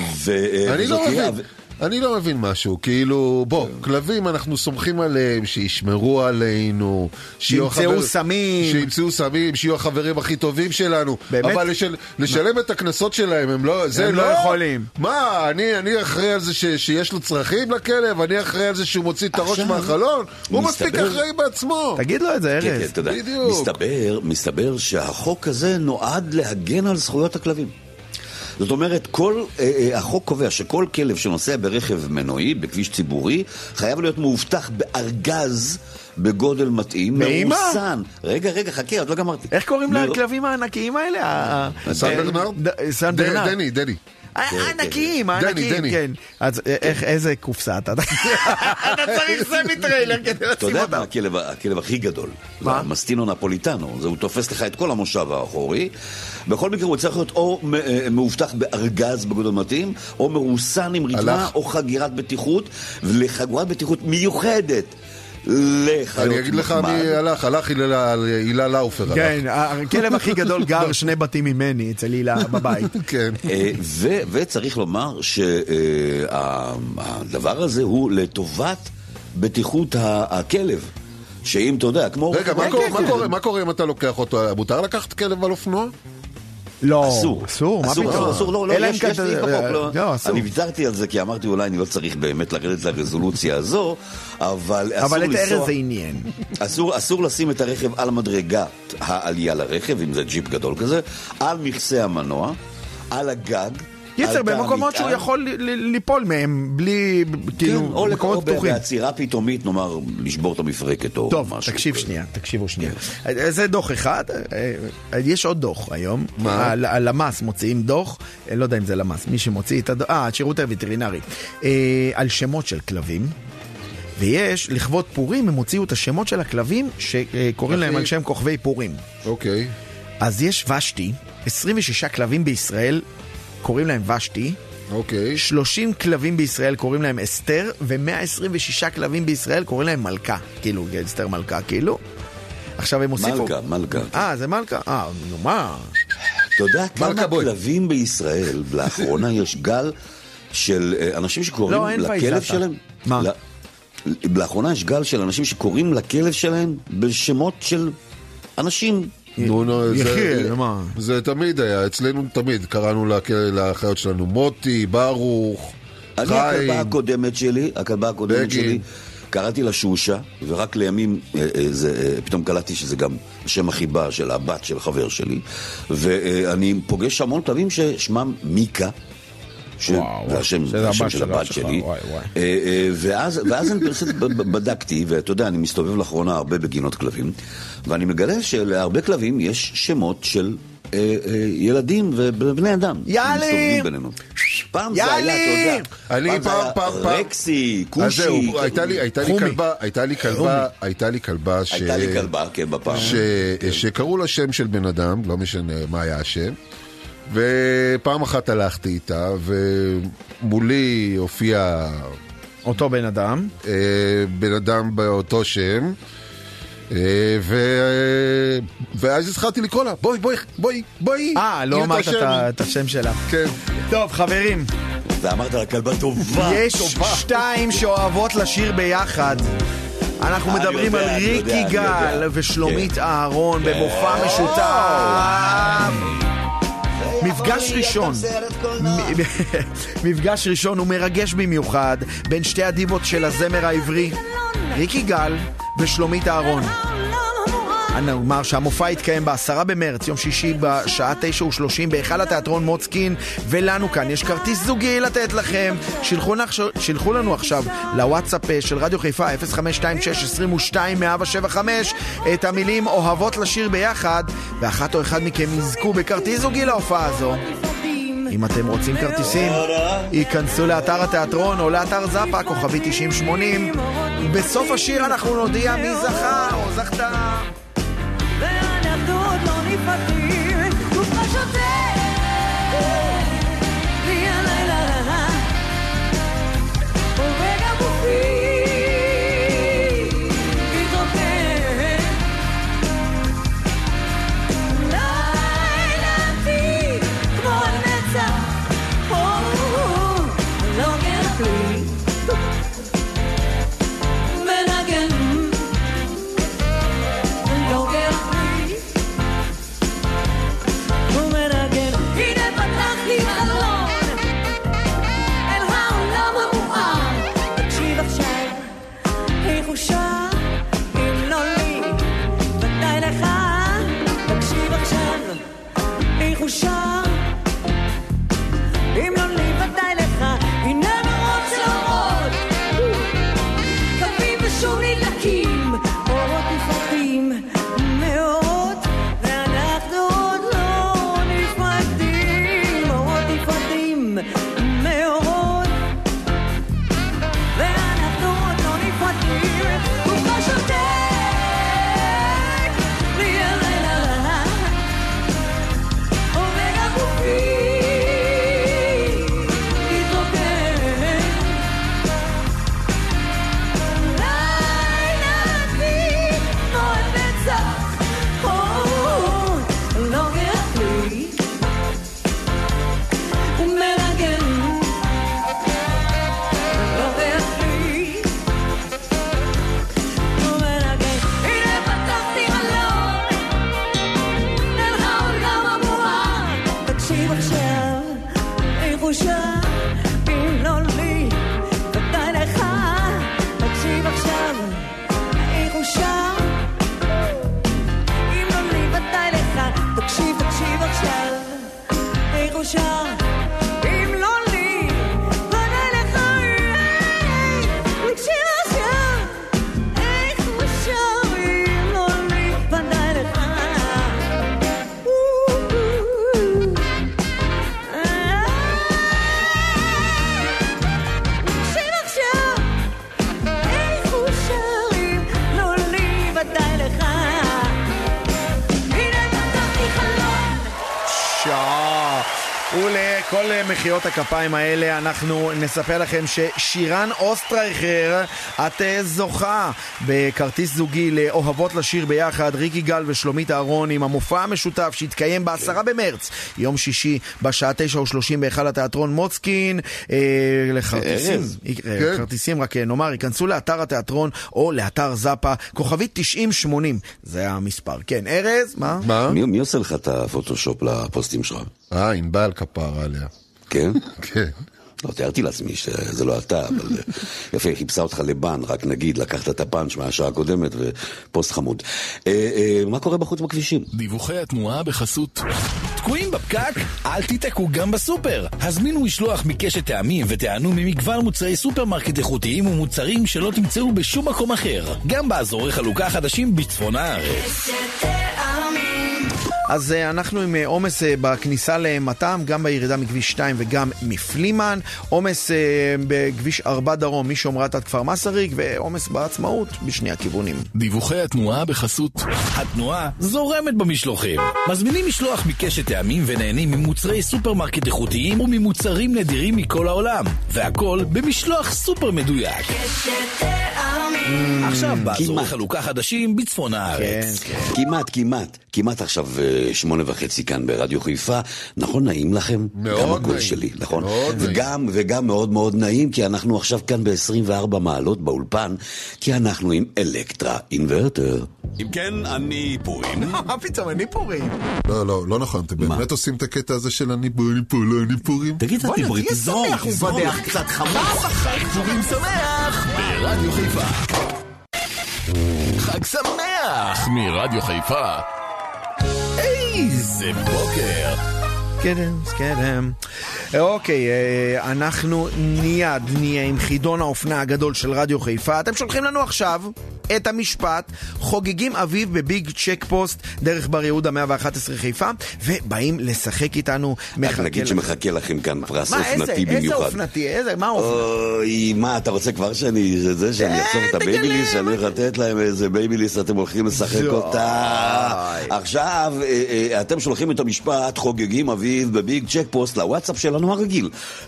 אני לא מבין משהו, כאילו, בוא, כלבים אנחנו סומכים עליהם, שישמרו עלינו, שימצאו סמים, שיהיו החברים הכי טובים שלנו, אבל לשלם את הכנסות שלהם, הם לא יכולים. מה, אני אחראי על זה שיש לו צרכים לכלב, אני אחראי על זה שהוא מוציא את הראש מהחלון, הוא מספיק אחראי בעצמו. תגיד לו את זה, ארז. מסתבר שהחוק הזה נועד להגן על זכויות הכלבים. זאת אומרת, החוק קובע שכל כלב שנוסע ברכב מנועי, בכביש ציבורי, חייב להיות מאובטח בארגז בגודל מתאים, מרוסן. רגע, חכה, עוד לא גמרתי. איך קוראים לכלבים הענקיים האלה? סן ברנרד? דני. הענקיים, כן. אז איזה קופסה אתה צריך סמי טריילר כדי לשים אותם. אתה יודע מה הכלב הכי גדול? מסטינו נפוליטנו. הוא תופס לך את כל המושב האחורי. בכל מקרה הוא צריך להיות או מאובטח בארגז בגודל מתאים, או מרוסן עם רתמה, או חגירת בטיחות, ולחגורת בטיחות מיוחדת. אני אגיד לך מי הלך הילה לאופר. כן, הכלב הכי גדול גר 2 בתים ממני אצל הילה בבית. כן. וצריך לומר שהדבר הזה הוא לטובת בטיחות הכלב, שאם אתה יודע, כמו... רגע, מה קורה אם אתה לוקח אותו? מותר לקחת כלב על אופנוע? לא, אסור, מה פתאום? לא, יש סעיף בחוק, אני ויתרתי על זה כי אמרתי אולי אני לא צריך באמת לרדת לרזולוציה הזו, אבל את ארז זה עניין. אסור לשים את הרכב על מדרגת העלייה לרכב, אם זה ג'יפ גדול כזה, על מכסה המנוע, על הגג, יצר במקומות שהוא יכול ליפול מהם בלי, כאילו, מקומות פתוחים. או בעצירה פתאומית, נאמר, לשבור את המפרקת או טוב, משהו. תקשיבו שנייה. זה דוח אחד, יש עוד דוח היום. הלמ"ס מוציאים דוח, לא יודע אם זה למ"ס, מי שמוציא את הדוח, השירות הווטרינרי, על שמות של כלבים. ויש, לכבוד פורים, הם הוציאו את השמות של הכלבים שקוראים להם על שם כוכבי פורים. אוקיי. אז יש ושתי, 26 כלבים בישראל קוראים להם ושתי, אוקיי. 30 כלבים בישראל קוראים להם אסתר, ו126 כלבים בישראל קוראים להם מלכה, כאילו, אסתר מלכה, כאילו. עכשיו הם הוסיפו... מלכה. זה מלכה. נו מה? אתה יודע כמה כלבים בישראל, לאחרונה יש גל של אנשים שקוראים לכלב שלהם... מה? לאחרונה יש גל של אנשים שקוראים לכלב שלהם בשמות של אנשים... זה תמיד היה, אצלנו תמיד קראנו לחיות שלנו מוטי, ברוך, חיים. הכלבה הקודמת שלי קראתי לה שושה, ורק לימים פתאום קלטתי שזה גם שם החיבה של הבת של חבר שלי, ואני פוגש המון כלבים ששמם מיקה, והשם של הבת שלי, ואז אני בדקתי, ואתה יודע, אני מסתובב לאחרונה הרבה בגינות כלבים, ואני מגלה שלהרבה כלבים יש שמות של ילדים ובני אדם. יאללה! פעם זה היה, אתה יודע, פעם רקסי, קושי. הייתה לי כלבה כן, בפעם. שקראו לה שם של בן אדם, לא משנה מה היה השם, ופעם אחת הלכתי איתה, ומולי הופיע... אותו בן אדם. בן אדם באותו שם, ואז התחלתי לקרוא לה, בואי. לא אמרת את השם שלה. כן. טוב, חברים. ואמרת לה כלבה טובה. יש 2 שאוהבות לשיר ביחד. אנחנו מדברים על ריקי גל ושלומית אהרון במופע משותף. מפגש ראשון. מפגש ראשון ומרגש במיוחד בין שתי הדיבות של הזמר העברי, ריקי גל ושלומית אהרון. אני אומר שהמופע יתקיים ב10 במרץ, יום שישי בשעה 9:30 בהיכל התיאטרון מוצקין, ולנו כאן יש כרטיס זוגי לתת לכם. שילחו לנו עכשיו לוואטסאפ של רדיו חיפה 0526-22-175 את המילים אוהבות לשיר ביחד, ואחת או אחד מכם יזכו בכרטיס זוגי להופעה הזו. אם אתם רוצים כרטיסים, ייכנסו לאתר התיאטרון או לאתר זאפה, כוכבי 9080. בסוף השיר אנחנו נודיע מי זכה או זכתה. ואנחנו עוד לא נפתים גופה שוטר לי הלילה ורגע גופי מתרוקן לילתי כמו הנצח לא גרפלי מנגן לא גרפלי ומנגן. הנה פתחתי חלון אל העולם המואר, תקשיב עכשיו איך הוא שר אם לא לי ודאי לך, תקשיב עכשיו איך הוא שר אם לא לי ודאי לך. הנה מרוץ לאורות קווים ושוב נדלקים אורות נפרדים מאורות ואנחנו עוד לא נפרדים, אורות נפרדים מאורות ואנחנו עוד לא נפרדים. גופה שותק לי הלילה ורגע גופי מתרוקן לילתי כמו הנצח לא גרפלי ומנגן לא גרפלי ומנגן. הנה פתחתי חלון אל העולם המואר, תקשיב עכשיו איך הוא שר אם לא לי ודאי לך, תקשיב עכשיו איך הוא שר אם לא לי ודאי לך, תקשיב עכשיו איך הוא שר אם לא לי ודאי לך, תקשיב עכשיו איך הוא שר אם לא לי ודאי לך. תקשיב עכשיו איך הוא שר אם לא לי ודאי לך. הנה פתחתי חלון. שעה. ולכל מחיאות הכפיים האלה אנחנו נספר לכם ששירן אוסטרייכר, את זוכה בכרטיס זוגי לאוהבות לשיר ביחד, ריקי גל ושלומית אהרון, עם המופע המשותף שהתקיים ב10 במרץ, יום שישי בשעה 9:30 בהיכל התיאטרון מוצקין. לחרטיסים, כרטיסים רק נאמר, ייכנסו לאתר התיאטרון או לאתר זאפה, כוכבי 9080 זה המספר. כן, ארז, מה? מי עושה לך את הפוטושופ לפוסטים שלך? ענבל כפרה עליה. כן? כן. לא, תיארתי לעצמי שזה לא אתה, אבל יפה, חיפשה אותך לבן, רק נגיד, לקחת את הפאנץ' מהשעה הקודמת ופוסט חמוד. מה קורה בחוץ בכבישים? דיווחי התנועה בחסות. תקועים בפקק? אל תתקעו גם בסופר. הזמינו משלוח מקשת טעמים ותענו ממגוון מוצרי סופרמרקט איכותיים ומוצרים שלא תמצאו בשום מקום אחר. גם באזורי חלוקה חדשים בצפון הארץ. אז אנחנו עם עומס בכניסה למתם, גם בירידה מכביש 2 וגם מפלימן, עומס בכביש 4 דרום משומרת עד כפר מסריק, ועומס בעצמאות בשני הכיוונים. דיווחי התנועה בחסות. התנועה זורמת במשלוחים. מזמינים משלוח מקשת טעמים ונהנים ממוצרי סופרמרקט איכותיים וממוצרים נדירים מכל העולם, והכל במשלוח סופר מדויק. קשת טעמים עכשיו באזורי חלוקה חדשים בצפון הארץ. כמעט עכשיו 8:30 כאן ברדיו חיפה. נכון, נעים לכם? מאוד גם הקול שלי, נכון? וגם מאוד מאוד נעים, כי אנחנו עכשיו כאן ב-24 מעלות באולפן, כי אנחנו עם אלקטרה אינברטר. אם כן, אני פורים. מה פתאום, אני פורים? לא נכון, אתם באמת עושים את הקטע הזה של אני פורים? תגיד, אתה פורים, תזרום. ובדח קצת חמאס. פורים שמח ברדיו חיפה. חג שמח מרדיו חיפה. איזה בוקר. קדם. אוקיי, אנחנו מיד נהיה עם חידון האופנה הגדול של רדיו חיפה. אתם שולחים לנו עכשיו את המשפט חוגגים אביב בביג צ'ק פוסט דרך בר יהודה 111 חיפה, ובאים לשחק איתנו. רק נגיד שמחכה לכם כאן פרס אופנתי במיוחד. איזה אופנתי? מה אופנה? אוי, מה, אתה רוצה כבר שאני אחסוך את הבייביליס, שאני הולך לתת להם איזה בייביליס, אתם הולכים לשחק אותה. עכשיו, אתם שולחים את המשפט חוגגים אביב בביג צ'ק פוסט לוואטסאפ שלנו הרגיל 0526-22-175,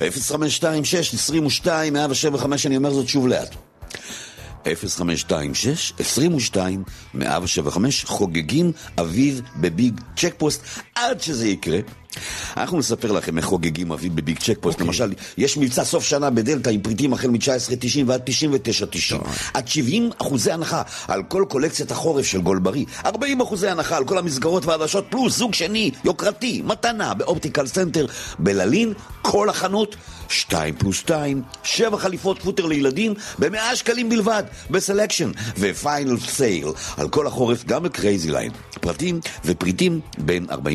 אני אומר זאת שוב לאט 0526-22-175, חוגגים אביב בביג צ'ק פוסט. עד שזה יקרה אנחנו נספר לכם איך חוגגים אביב בביג צ'ק פוסט. למשל, יש מבצע סוף שנה בדלטה עם פריטים החל מ-19.90 ועד 99.90, עד 70% הנחה על כל קולקציית החורף של גולברי, 40% הנחה על כל המסגרות והעדשות, פלוס זוג שני יוקרתי מתנה באופטיקל סנטר בללין, כל החנות 2+2, 7 חליפות פוטר לילדים ב100 שקלים בלבד בסלקשן, ופיינל סייל על כל החורף גם בקרייזי ליין. פרטים ופריטים בין 49.90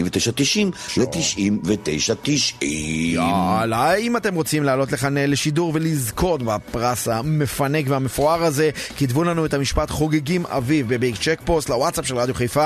ל-99.90. יאללה, אם אתם רוצים לעלות לכאן לשידור ולזכות בפרס המפנק והמפואר הזה, כתבו לנו את המשפט חוגגים אביב בביג צ'ק פוסט לוואטסאפ של רדיו חיפה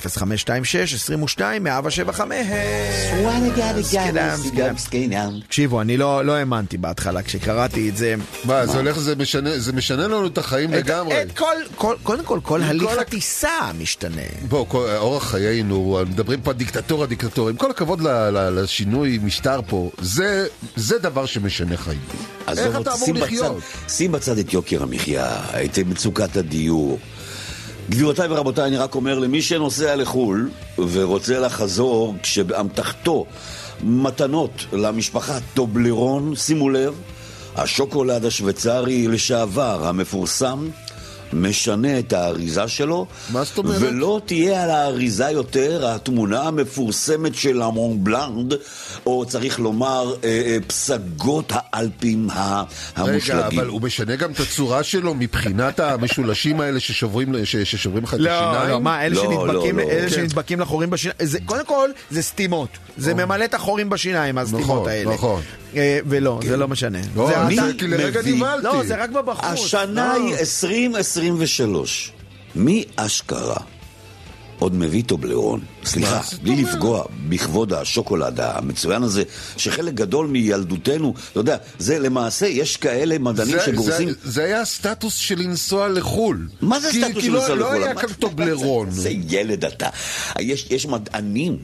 0526-22-175. תקשיבו, אני לא האמנתי בהתחלה כשקראתי את זה. מה, זה משנה לנו את החיים לגמרי. קודם כל הליך הטיסה משתנה. בוא, אורח חיינו, מדברים פה דיקטטורה, עם כל הכבוד לשינוי משטר פה, זה דבר שמשנה חיים. איך אתה אמור לחיות? שים בצד את יוקר המחיה, את מצוקת הדיור. גבירותיי ורבותיי, אני רק אומר למי שנוסע לחול ורוצה לחזור כשבאמתחתו מתנות למשפחה טובלרון, שימו לב, השוקולד השוויצרי לשעבר המפורסם משנה את האריזה שלו, ולא תהיה על האריזה יותר התמונה המפורסמת של המון בלנד, או צריך לומר פסגות האלפים המושלגים. רגע, אבל הוא משנה גם את הצורה שלו מבחינת המשולשים האלה ששוברים לך את השיניים? לא, מה, אלה שנדבקים לחורים בשיניים, קודם כל זה סתימות, זה ממלא את החורים בשיניים, הסתימות האלה. נכון. ולא, זה לא משנה. כי לרגע נבלתי. לא, זה רק בבחוץ. השנה היא 2023. מי אשכרה עוד מביא טובלרון? סליחה, בלי לפגוע בכבוד השוקולד המצוין הזה, שחלק גדול מילדותנו, אתה יודע, זה למעשה, יש כאלה מדענים שגורסים... זה היה סטטוס של לנסוע לחול. מה זה סטטוס של לנסוע לחול? לא היה כאן טובלרון. זה ילד אתה. יש מדענים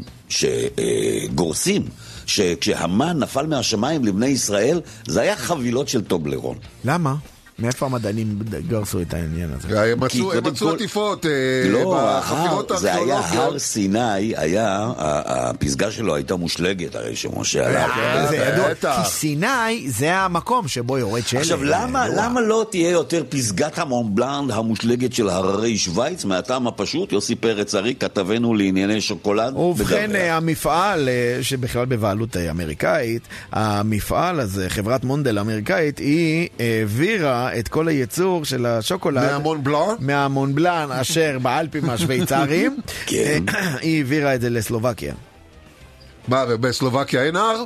שגורסים שכשהמן נפל מהשמיים לבני ישראל, זה היה חבילות של טובלרון. למה? מאיפה המדענים גרסו את העניין הזה? הם מצאו עטיפות בחפירות הארכיאולוגיות. זה היה הר סיני, הפסגה שלו הייתה מושלגת, הרי שמשה עליו. זה ידוע, כי סיני זה המקום שבו יורד שלג. עכשיו, למה לא תהיה יותר פסגת המון בלנד המושלגת של הררי שוויץ, מהטעם הפשוט? יוסי פרץ ארי, כתבנו לענייני שוקולד. ובכן, המפעל, שבכלל בבעלות אמריקאית, המפעל הזה, חברת מונדל אמריקאית, היא העבירה את כל הייצור של השוקולד מהמון בלן אשר באלפים השוויצריים. היא העבירה את זה לסלובקיה. מה, בסלובקיה אין הר?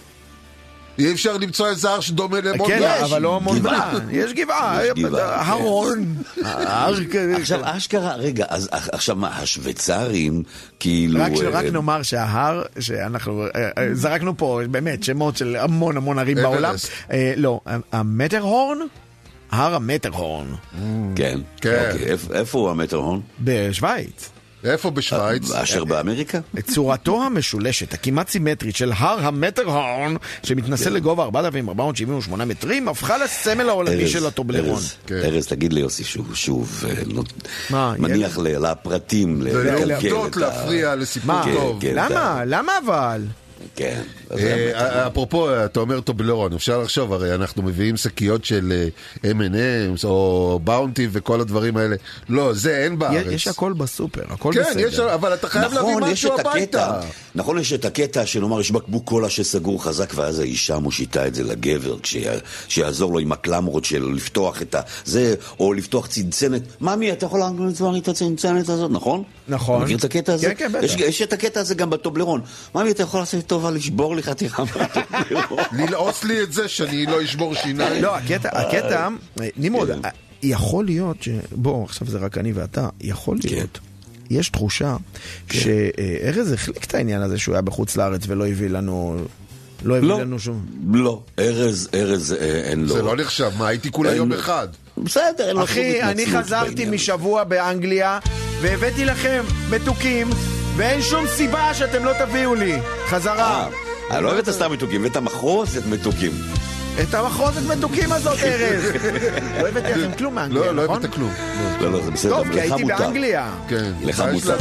אי אפשר למצוא איזה הר שדומה למון בלן. כן, אבל לא מון בלן. יש גבעה, הרון. עכשיו, אשכרה, רגע, אז עכשיו מה, השוויצרים כאילו... רק נאמר שההר, שאנחנו זרקנו פה באמת שמות של המון ערים בעולם. לא, המטרהורן? הר המטרהורן. כן. איפה הוא המטרהורן? בשוויץ. איפה בשוויץ? אשר באמריקה? צורתו המשולשת, הכמעט סימטרית של הר המטרהורן, שמתנסה לגובה 4,478 מטרים, הפכה לסמל העולמי של הטובלרון. ארז, תגיד לי יוסי שוב, מניח לפרטים, לעובדות להפריע לסיפור טוב. למה? למה אבל? כן. אפרופו, אתה אומר טובלרון, אפשר לחשוב, הרי אנחנו מביאים שקיות של M&M's או באונטי וכל הדברים האלה. לא, זה אין בארץ. יש הכל בסופר, הכל כן, בסדר. אבל אתה חייב להביא משהו הביתה. נכון, יש את הקטע שנאמר, יש בקבוק קולה שסגור חזק, ואז האישה מושיטה את זה לגבר, שיעזור לו עם הקלמרות שלו, לפתוח את זה, או לפתוח צנצנת. ממי, אתה יכול להגיד את הצנצנת הזאת, נכון? נכון. מכיר את הקטע הזה? כן, כן, בטח. יש את הקטע הזה גם בטובלרון. ממי, אתה יכול לעשות טובה לשבור לי חתיכה מהטובלרון. ללעוס לי את זה שאני לא אשבור שיניים. לא, הקטע, נמרוד, יכול להיות בוא, עכשיו זה רק אני ואתה, יכול להיות. יש תחושה שארז החליק את העניין הזה שהוא היה בחוץ לארץ ולא הביא לנו... לא הביא לנו שום... לא, ארז אין לו... זה לא נחשב, מה, הייתי כולה יום אחד. בסדר, אין לו... אחי, אני חזרתי משבוע באנגליה והבאתי לכם מתוקים ואין שום סיבה שאתם לא תביאו לי חזרה. לא הבאת סתם מתוקים, הבאת מחרוזת מתוקים. את המחרוזת מתוקים הזאת, ארז. לא הבאתי לכם כלום מאנגליה, נכון? לא הבאת כלום. לא, זה בסדר, טוב, כי הייתי באנגליה. כן, לך מותר.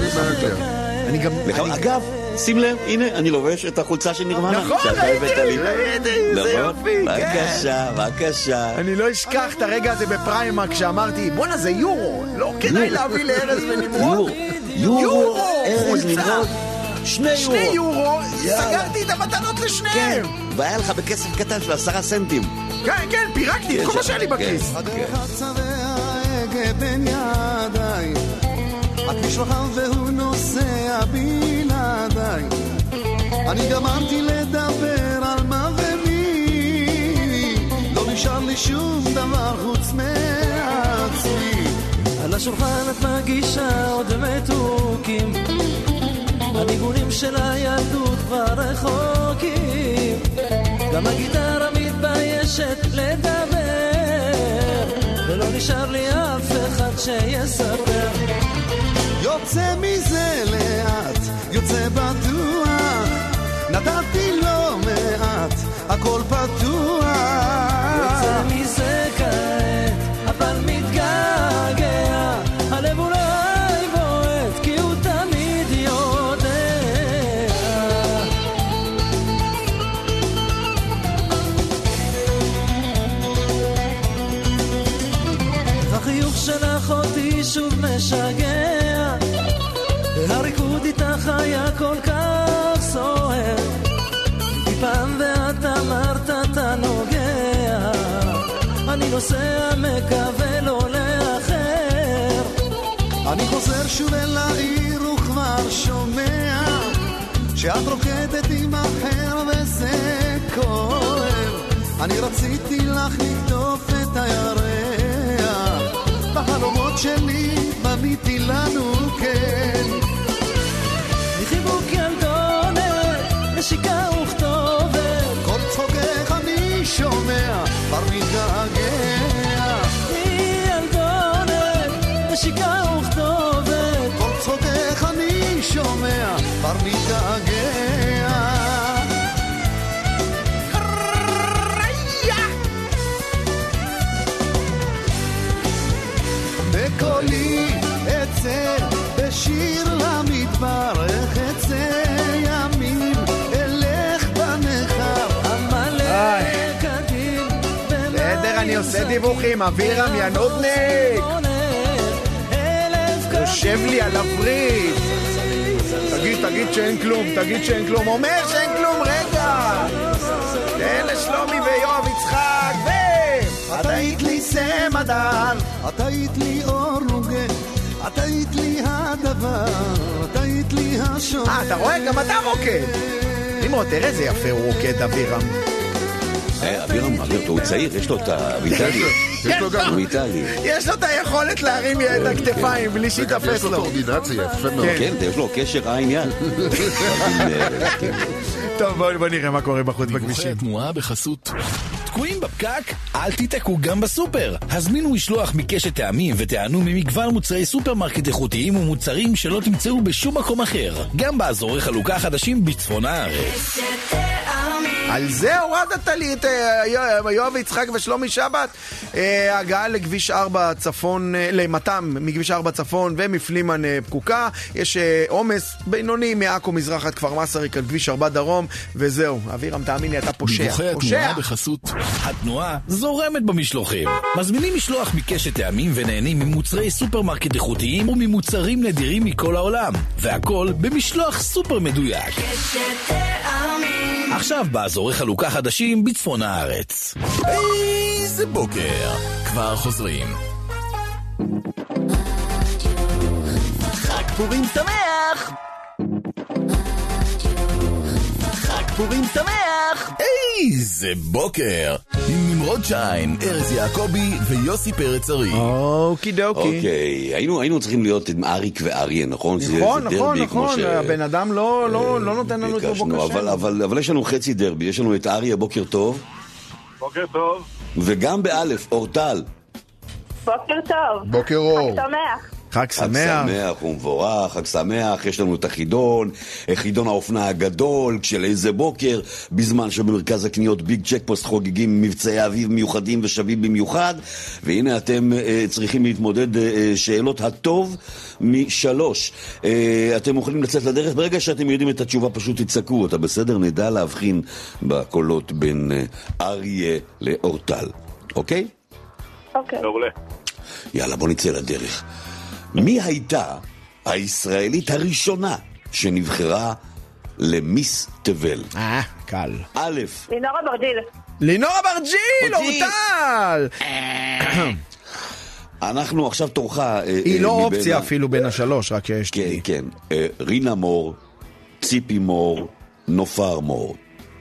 אגב, שים לב, הנה, אני לובש את החולצה של נרמנה. נכון, ראיתי, זה יופי. בבקשה. אני לא אשכח את הרגע הזה בפריימה כשאמרתי, בוא'נה, זה יורו, לא כדאי להביא לארז ונמרוד. יורו, ארז נמרוד. 2 יורו, סגרתי את המתנות לשניהם. והיה לך בכסף קטן של 10 סנטים. כן, פירקתי את כל מה שהיה לי בכיס. הדרך וההגה בין ידיים, הכביש רחב והוא נוסע בלעדיי. אני גמרתי לדבר על מה ומי, לא נשאר לי שום דבר חוץ מעצמי. על השולחן את מגישה עוד מתוקים, הניגונים של הילדות כבר רחוקים, גם הגיטרה מתביישת לדבר, ולא נשאר לי אף אחד שיספר. יוצא מזה לאט, יוצא בטוח, נתתי לא מעט, הכל פתוח. יוצא מזה כעת, אבל מתגעגע, הלב אולי בועט, כי הוא תמיד יודע. החיוך שלך אותי שוב משגע, והריקוד איתך היה כל כך סוער, כי פעם ואת אמרת אתה נוגע, אני נוסע מקווה לא לאחר. אני חוזר שוב אל העיר וכבר שומע שאת רוקדת עם אחר וזה כואב. אני רציתי לך לקטוף את הירח, בחלומות שלי בניתי לנו כן. מחיבוק ילדונת, נשיקה וכתובת, כל צחוקך אני שומע, כבר מתגעגע. ילדונת, נשיקה וכתובת, כל צחוקך אני שומע, כבר מתגעגע. בקולי אצא בשיר למדבר, איך אצא ימים אלך בנחר המלא קדים. בסדר, אני עושה דיווחים, אבירם ינודניק יושב לי על הברית. תגיד שאין כלום, אומר שאין כלום, רגע תן לשלומי ויואב יצחק את היית לי סמדר, את היית לי אור נוגה, את היית לי הדבר, את היית לי השונה. אתה רואה? גם אתה רוקד. נמרוד, תראה איזה יפה הוא רוקד, אבירם. אבירם, הוא צעיר, יש לו את הויטלי. יש לו גם ויטלי. יש לו את היכולת להרים את הכתפיים בלי שיתפס לו. יש לו קורדינציה, יפה מאוד. כן, יש לו קשר עין יד. טוב, בוא נראה מה קורה בחוץ בכבישים. דיווחי התנועה בחסות תקועים בפקק? אל תיתקעו גם בסופר. הזמינו משלוח מקשת טעמים ותענו ממגוון מוצרי סופרמרקט איכותיים ומוצרים שלא תמצאו בשום מקום אחר. גם באזורי חלוקה חדשים בצפון הארץ. על זה הורדת לי את יואב יצחק ושלומי שבת. הגעה לכביש 4 צפון, למתם מכביש 4 צפון ומפלימן פקוקה. יש עומס בינוני מעכו מזרח עד כפר מסריק על כביש 4 דרום, וזהו. אבירם, תאמין לי, אתה פושע. דיווחי התנועה בחסות התנועה זורמת במשלוחים. מזמינים משלוח מקשת טעמים ונהנים ממוצרי סופרמרקט איכותיים וממוצרים נדירים מכל העולם, והכל במשלוח סופר מדויק. עכשיו באזורי חלוקה חדשים בצפון הארץ. איזה בוקר, כבר חוזרים. חג פורים שמח! חג פורים שמח! איזה בוקר, עם נמרוד שיין, ארז יעקבי ויוסי פרץ ארי. אוקי דוקי. אוקיי, היינו צריכים להיות עם אריק ואריה, נכון? נכון, הבן אדם לא נותן לנו את בוקר. אבל יש לנו חצי דרבי, יש לנו את אריה, בוקר טוב. בוקר טוב. וגם באלף, אורטל. בוקר טוב. בוקר אור. חג שמח. חג שמח. חג שמח ומבורך, חג שמח. יש לנו את החידון, חידון האופנה הגדול, של איזה בוקר, בזמן שבמרכז הקניות ביג צ'ק פוסט חוגגים מבצעי אביב מיוחדים ושווים במיוחד. והנה אתם צריכים להתמודד שאלות הטוב משלוש. אתם יכולים לצאת לדרך, ברגע שאתם יודעים את התשובה פשוט תצעקו אותה, בסדר? נדע להבחין בקולות בין אריה לאורטל. אוקיי? אוקיי. מעולה. יאללה, בוא נצא לדרך. מי הייתה הישראלית הראשונה שנבחרה למיס תבל? קל. א', לינור אברג'יל. לינור אברג'יל, אורטל! אנחנו עכשיו תורך... היא לא אופציה אפילו בין השלוש, רק יש לי. כן, רינה מור, ציפי מור, נופר מור.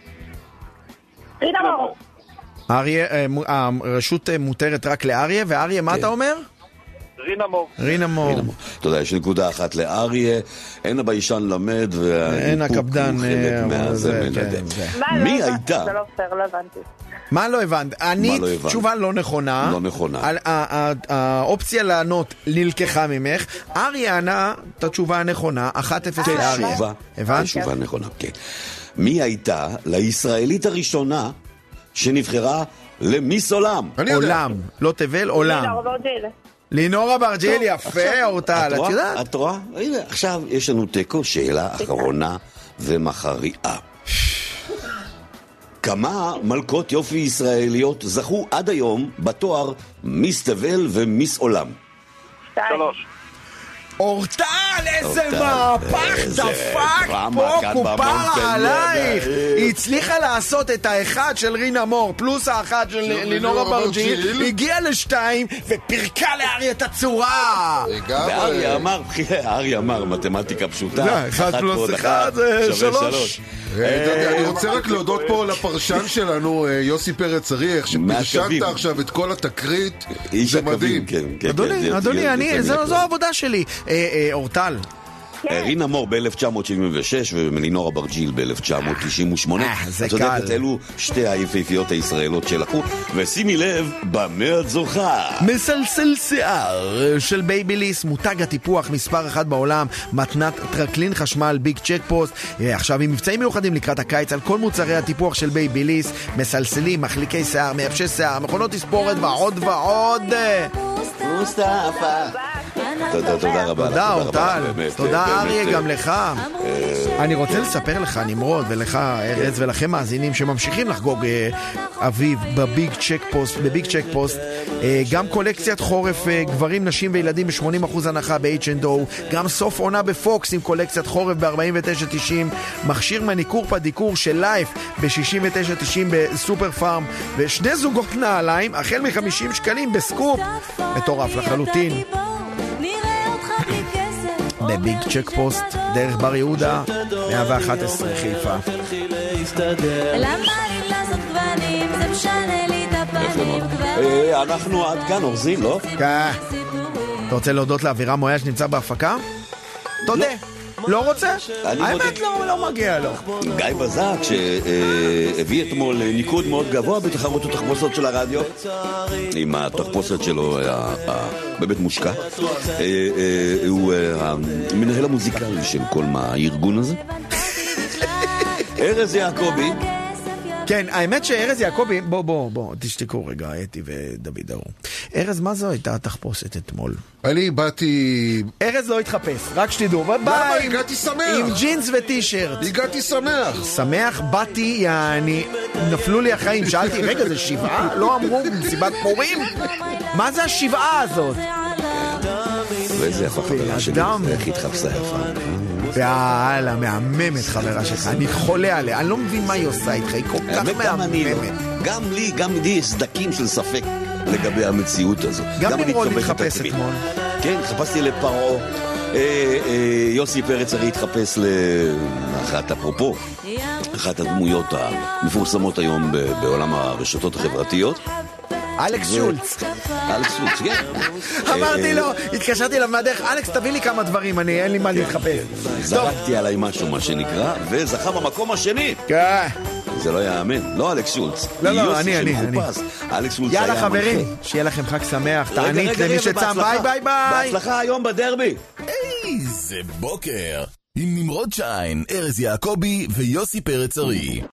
רינה מור. אריה, הרשות מותרת רק לאריה, ואריה, מה אתה אומר? רינה מור. אתה יודע, יש נקודה אחת לאריה, אין הביישן למד, אין הקפדן. מי הייתה? זה לא פייר, לא הבנתי. מה לא הבנת? אני, תשובה לא נכונה. לא נכונה. האופציה לענות נלקחה ממך. אריה ענה את התשובה הנכונה, 1-0 לאריה. הבנת? תשובה נכונה, כן. מי הייתה לישראלית הראשונה שנבחרה למיס עולם? עולם, לא תבל, עולם. לינור אברג'יל, יפה, אורטל, את יודעת? את רואה? הנה, עכשיו יש לנו תיקו, שאלה אחרונה ומחריאה. כמה מלכות יופי ישראליות זכו עד היום בתואר מיס תבל ומיס עולם? 3. אורטל, איזה מהפך דפק פה, קופרה עלייך. היא הצליחה לעשות את האחד של רינה מור פלוס האחד של לינור אברג'יל, הגיעה ל2 ופרקה לאריה את הצורה. ואריה אמר מתמטיקה פשוטה, 1 + 1 זה 3. אני רוצה רק להודות פה לפרשן שלנו, יוסי פרץ ארי, איך שפרשנת עכשיו את כל התקרית, זה מדהים. אדוני, זו העבודה שלי. אורטל. רינה מור ב-1976 ולינור אברג'יל ב-1998. זה קל. את יודעת, אלו שתי היפהפיות הישראלות שלקחו, ושימי לב במה את זוכה. מסלסל שיער של בייביליס, מותג הטיפוח מספר 1 בעולם, מתנת טרקלין חשמל ביג צ'ק פוסט. עכשיו עם מבצעים מיוחדים לקראת הקיץ על כל מוצרי הטיפוח של בייביליס, מסלסלים, מחליקי שיער, מייבשי שיער, מכונות תספורת ועוד ועוד. מוסטפא. תודה רבה. תודה אורטל, תודה אריה גם לך. אני רוצה לספר לך נמרוד ולך ארז ולכם מאזינים שממשיכים לחגוג אביב בביג צ'ק פוסט, גם קולקציית חורף גברים, נשים וילדים ב-80% הנחה ב-H&O, גם סוף עונה בפוקס עם קולקציית חורף ב-49.90, מכשיר מניקור פדיקור של לייף ב-69.90 בסופר פארם, ושני זוגות נעליים החל מ-50 שקלים בסקופ. מטורף לחלוטין. בביג צ'ק פוסט, דרך בר יהודה, 111 חיפה. אנחנו עד כאן אורזים, לא? כן. אתה רוצה להודות לאבירם מויה שנמצא בהפקה? תודה. לא רוצה? האמת לא מגיע לו. גיא בזק שהביא אתמול ניקוד מאוד גבוה בתחרות התחפושות של הרדיו, עם התחפושת שלו באמת מושקע. הוא המנהל המוזיקלי של כל הארגון הזה. ארז יעקבי. כן, האמת שארז יעקבי, בוא, תשתקו רגע, אתי ודוד דרום. ארז, מה זו הייתה התחפושת אתמול? אני באתי... ארז לא התחפש, רק שתדעו. למה? הגעתי שמח. עם ג'ינס וטישרט. הגעתי שמח. שמח, באתי, נפלו לי החיים. שאלתי, רגע, זה שבעה? לא אמרו מסיבת פורים? מה זה השבעה הזאת? ואיזה יפה חברה שלי, איך התחפשה יפה. והאללה, מהממת חברה שלך, אני חולה עליה, אני לא מבין מה היא עושה איתך, היא כל כך מהממת. גם לי יש סדקים של ספק לגבי המציאות הזו. גם נמרוד מתחפש אתמול. כן, התחפשתי לפרעה. יוסי פרץ הרי התחפש לאחת, אפרופו, אחת הדמויות המפורסמות היום בעולם הרשתות החברתיות. אלכס שולץ. אלכס שולץ, כן. אמרתי לו, התקשרתי אליו מהדרך, אלכס תביא לי כמה דברים, אין לי מה להתחפש. זרקתי עליי משהו, מה שנקרא, וזכה במקום השני. כן. זה לא יאמן, לא אלכס שולץ. לא, אני. אלכס שולץ היה יאללה חברים, שיהיה לכם חג שמח, תענית למי שצם, ביי. בהצלחה היום בדרבי. איזה בוקר, עם נמרוד שיין, ארז יעקבי ויוסי פרץ ארי.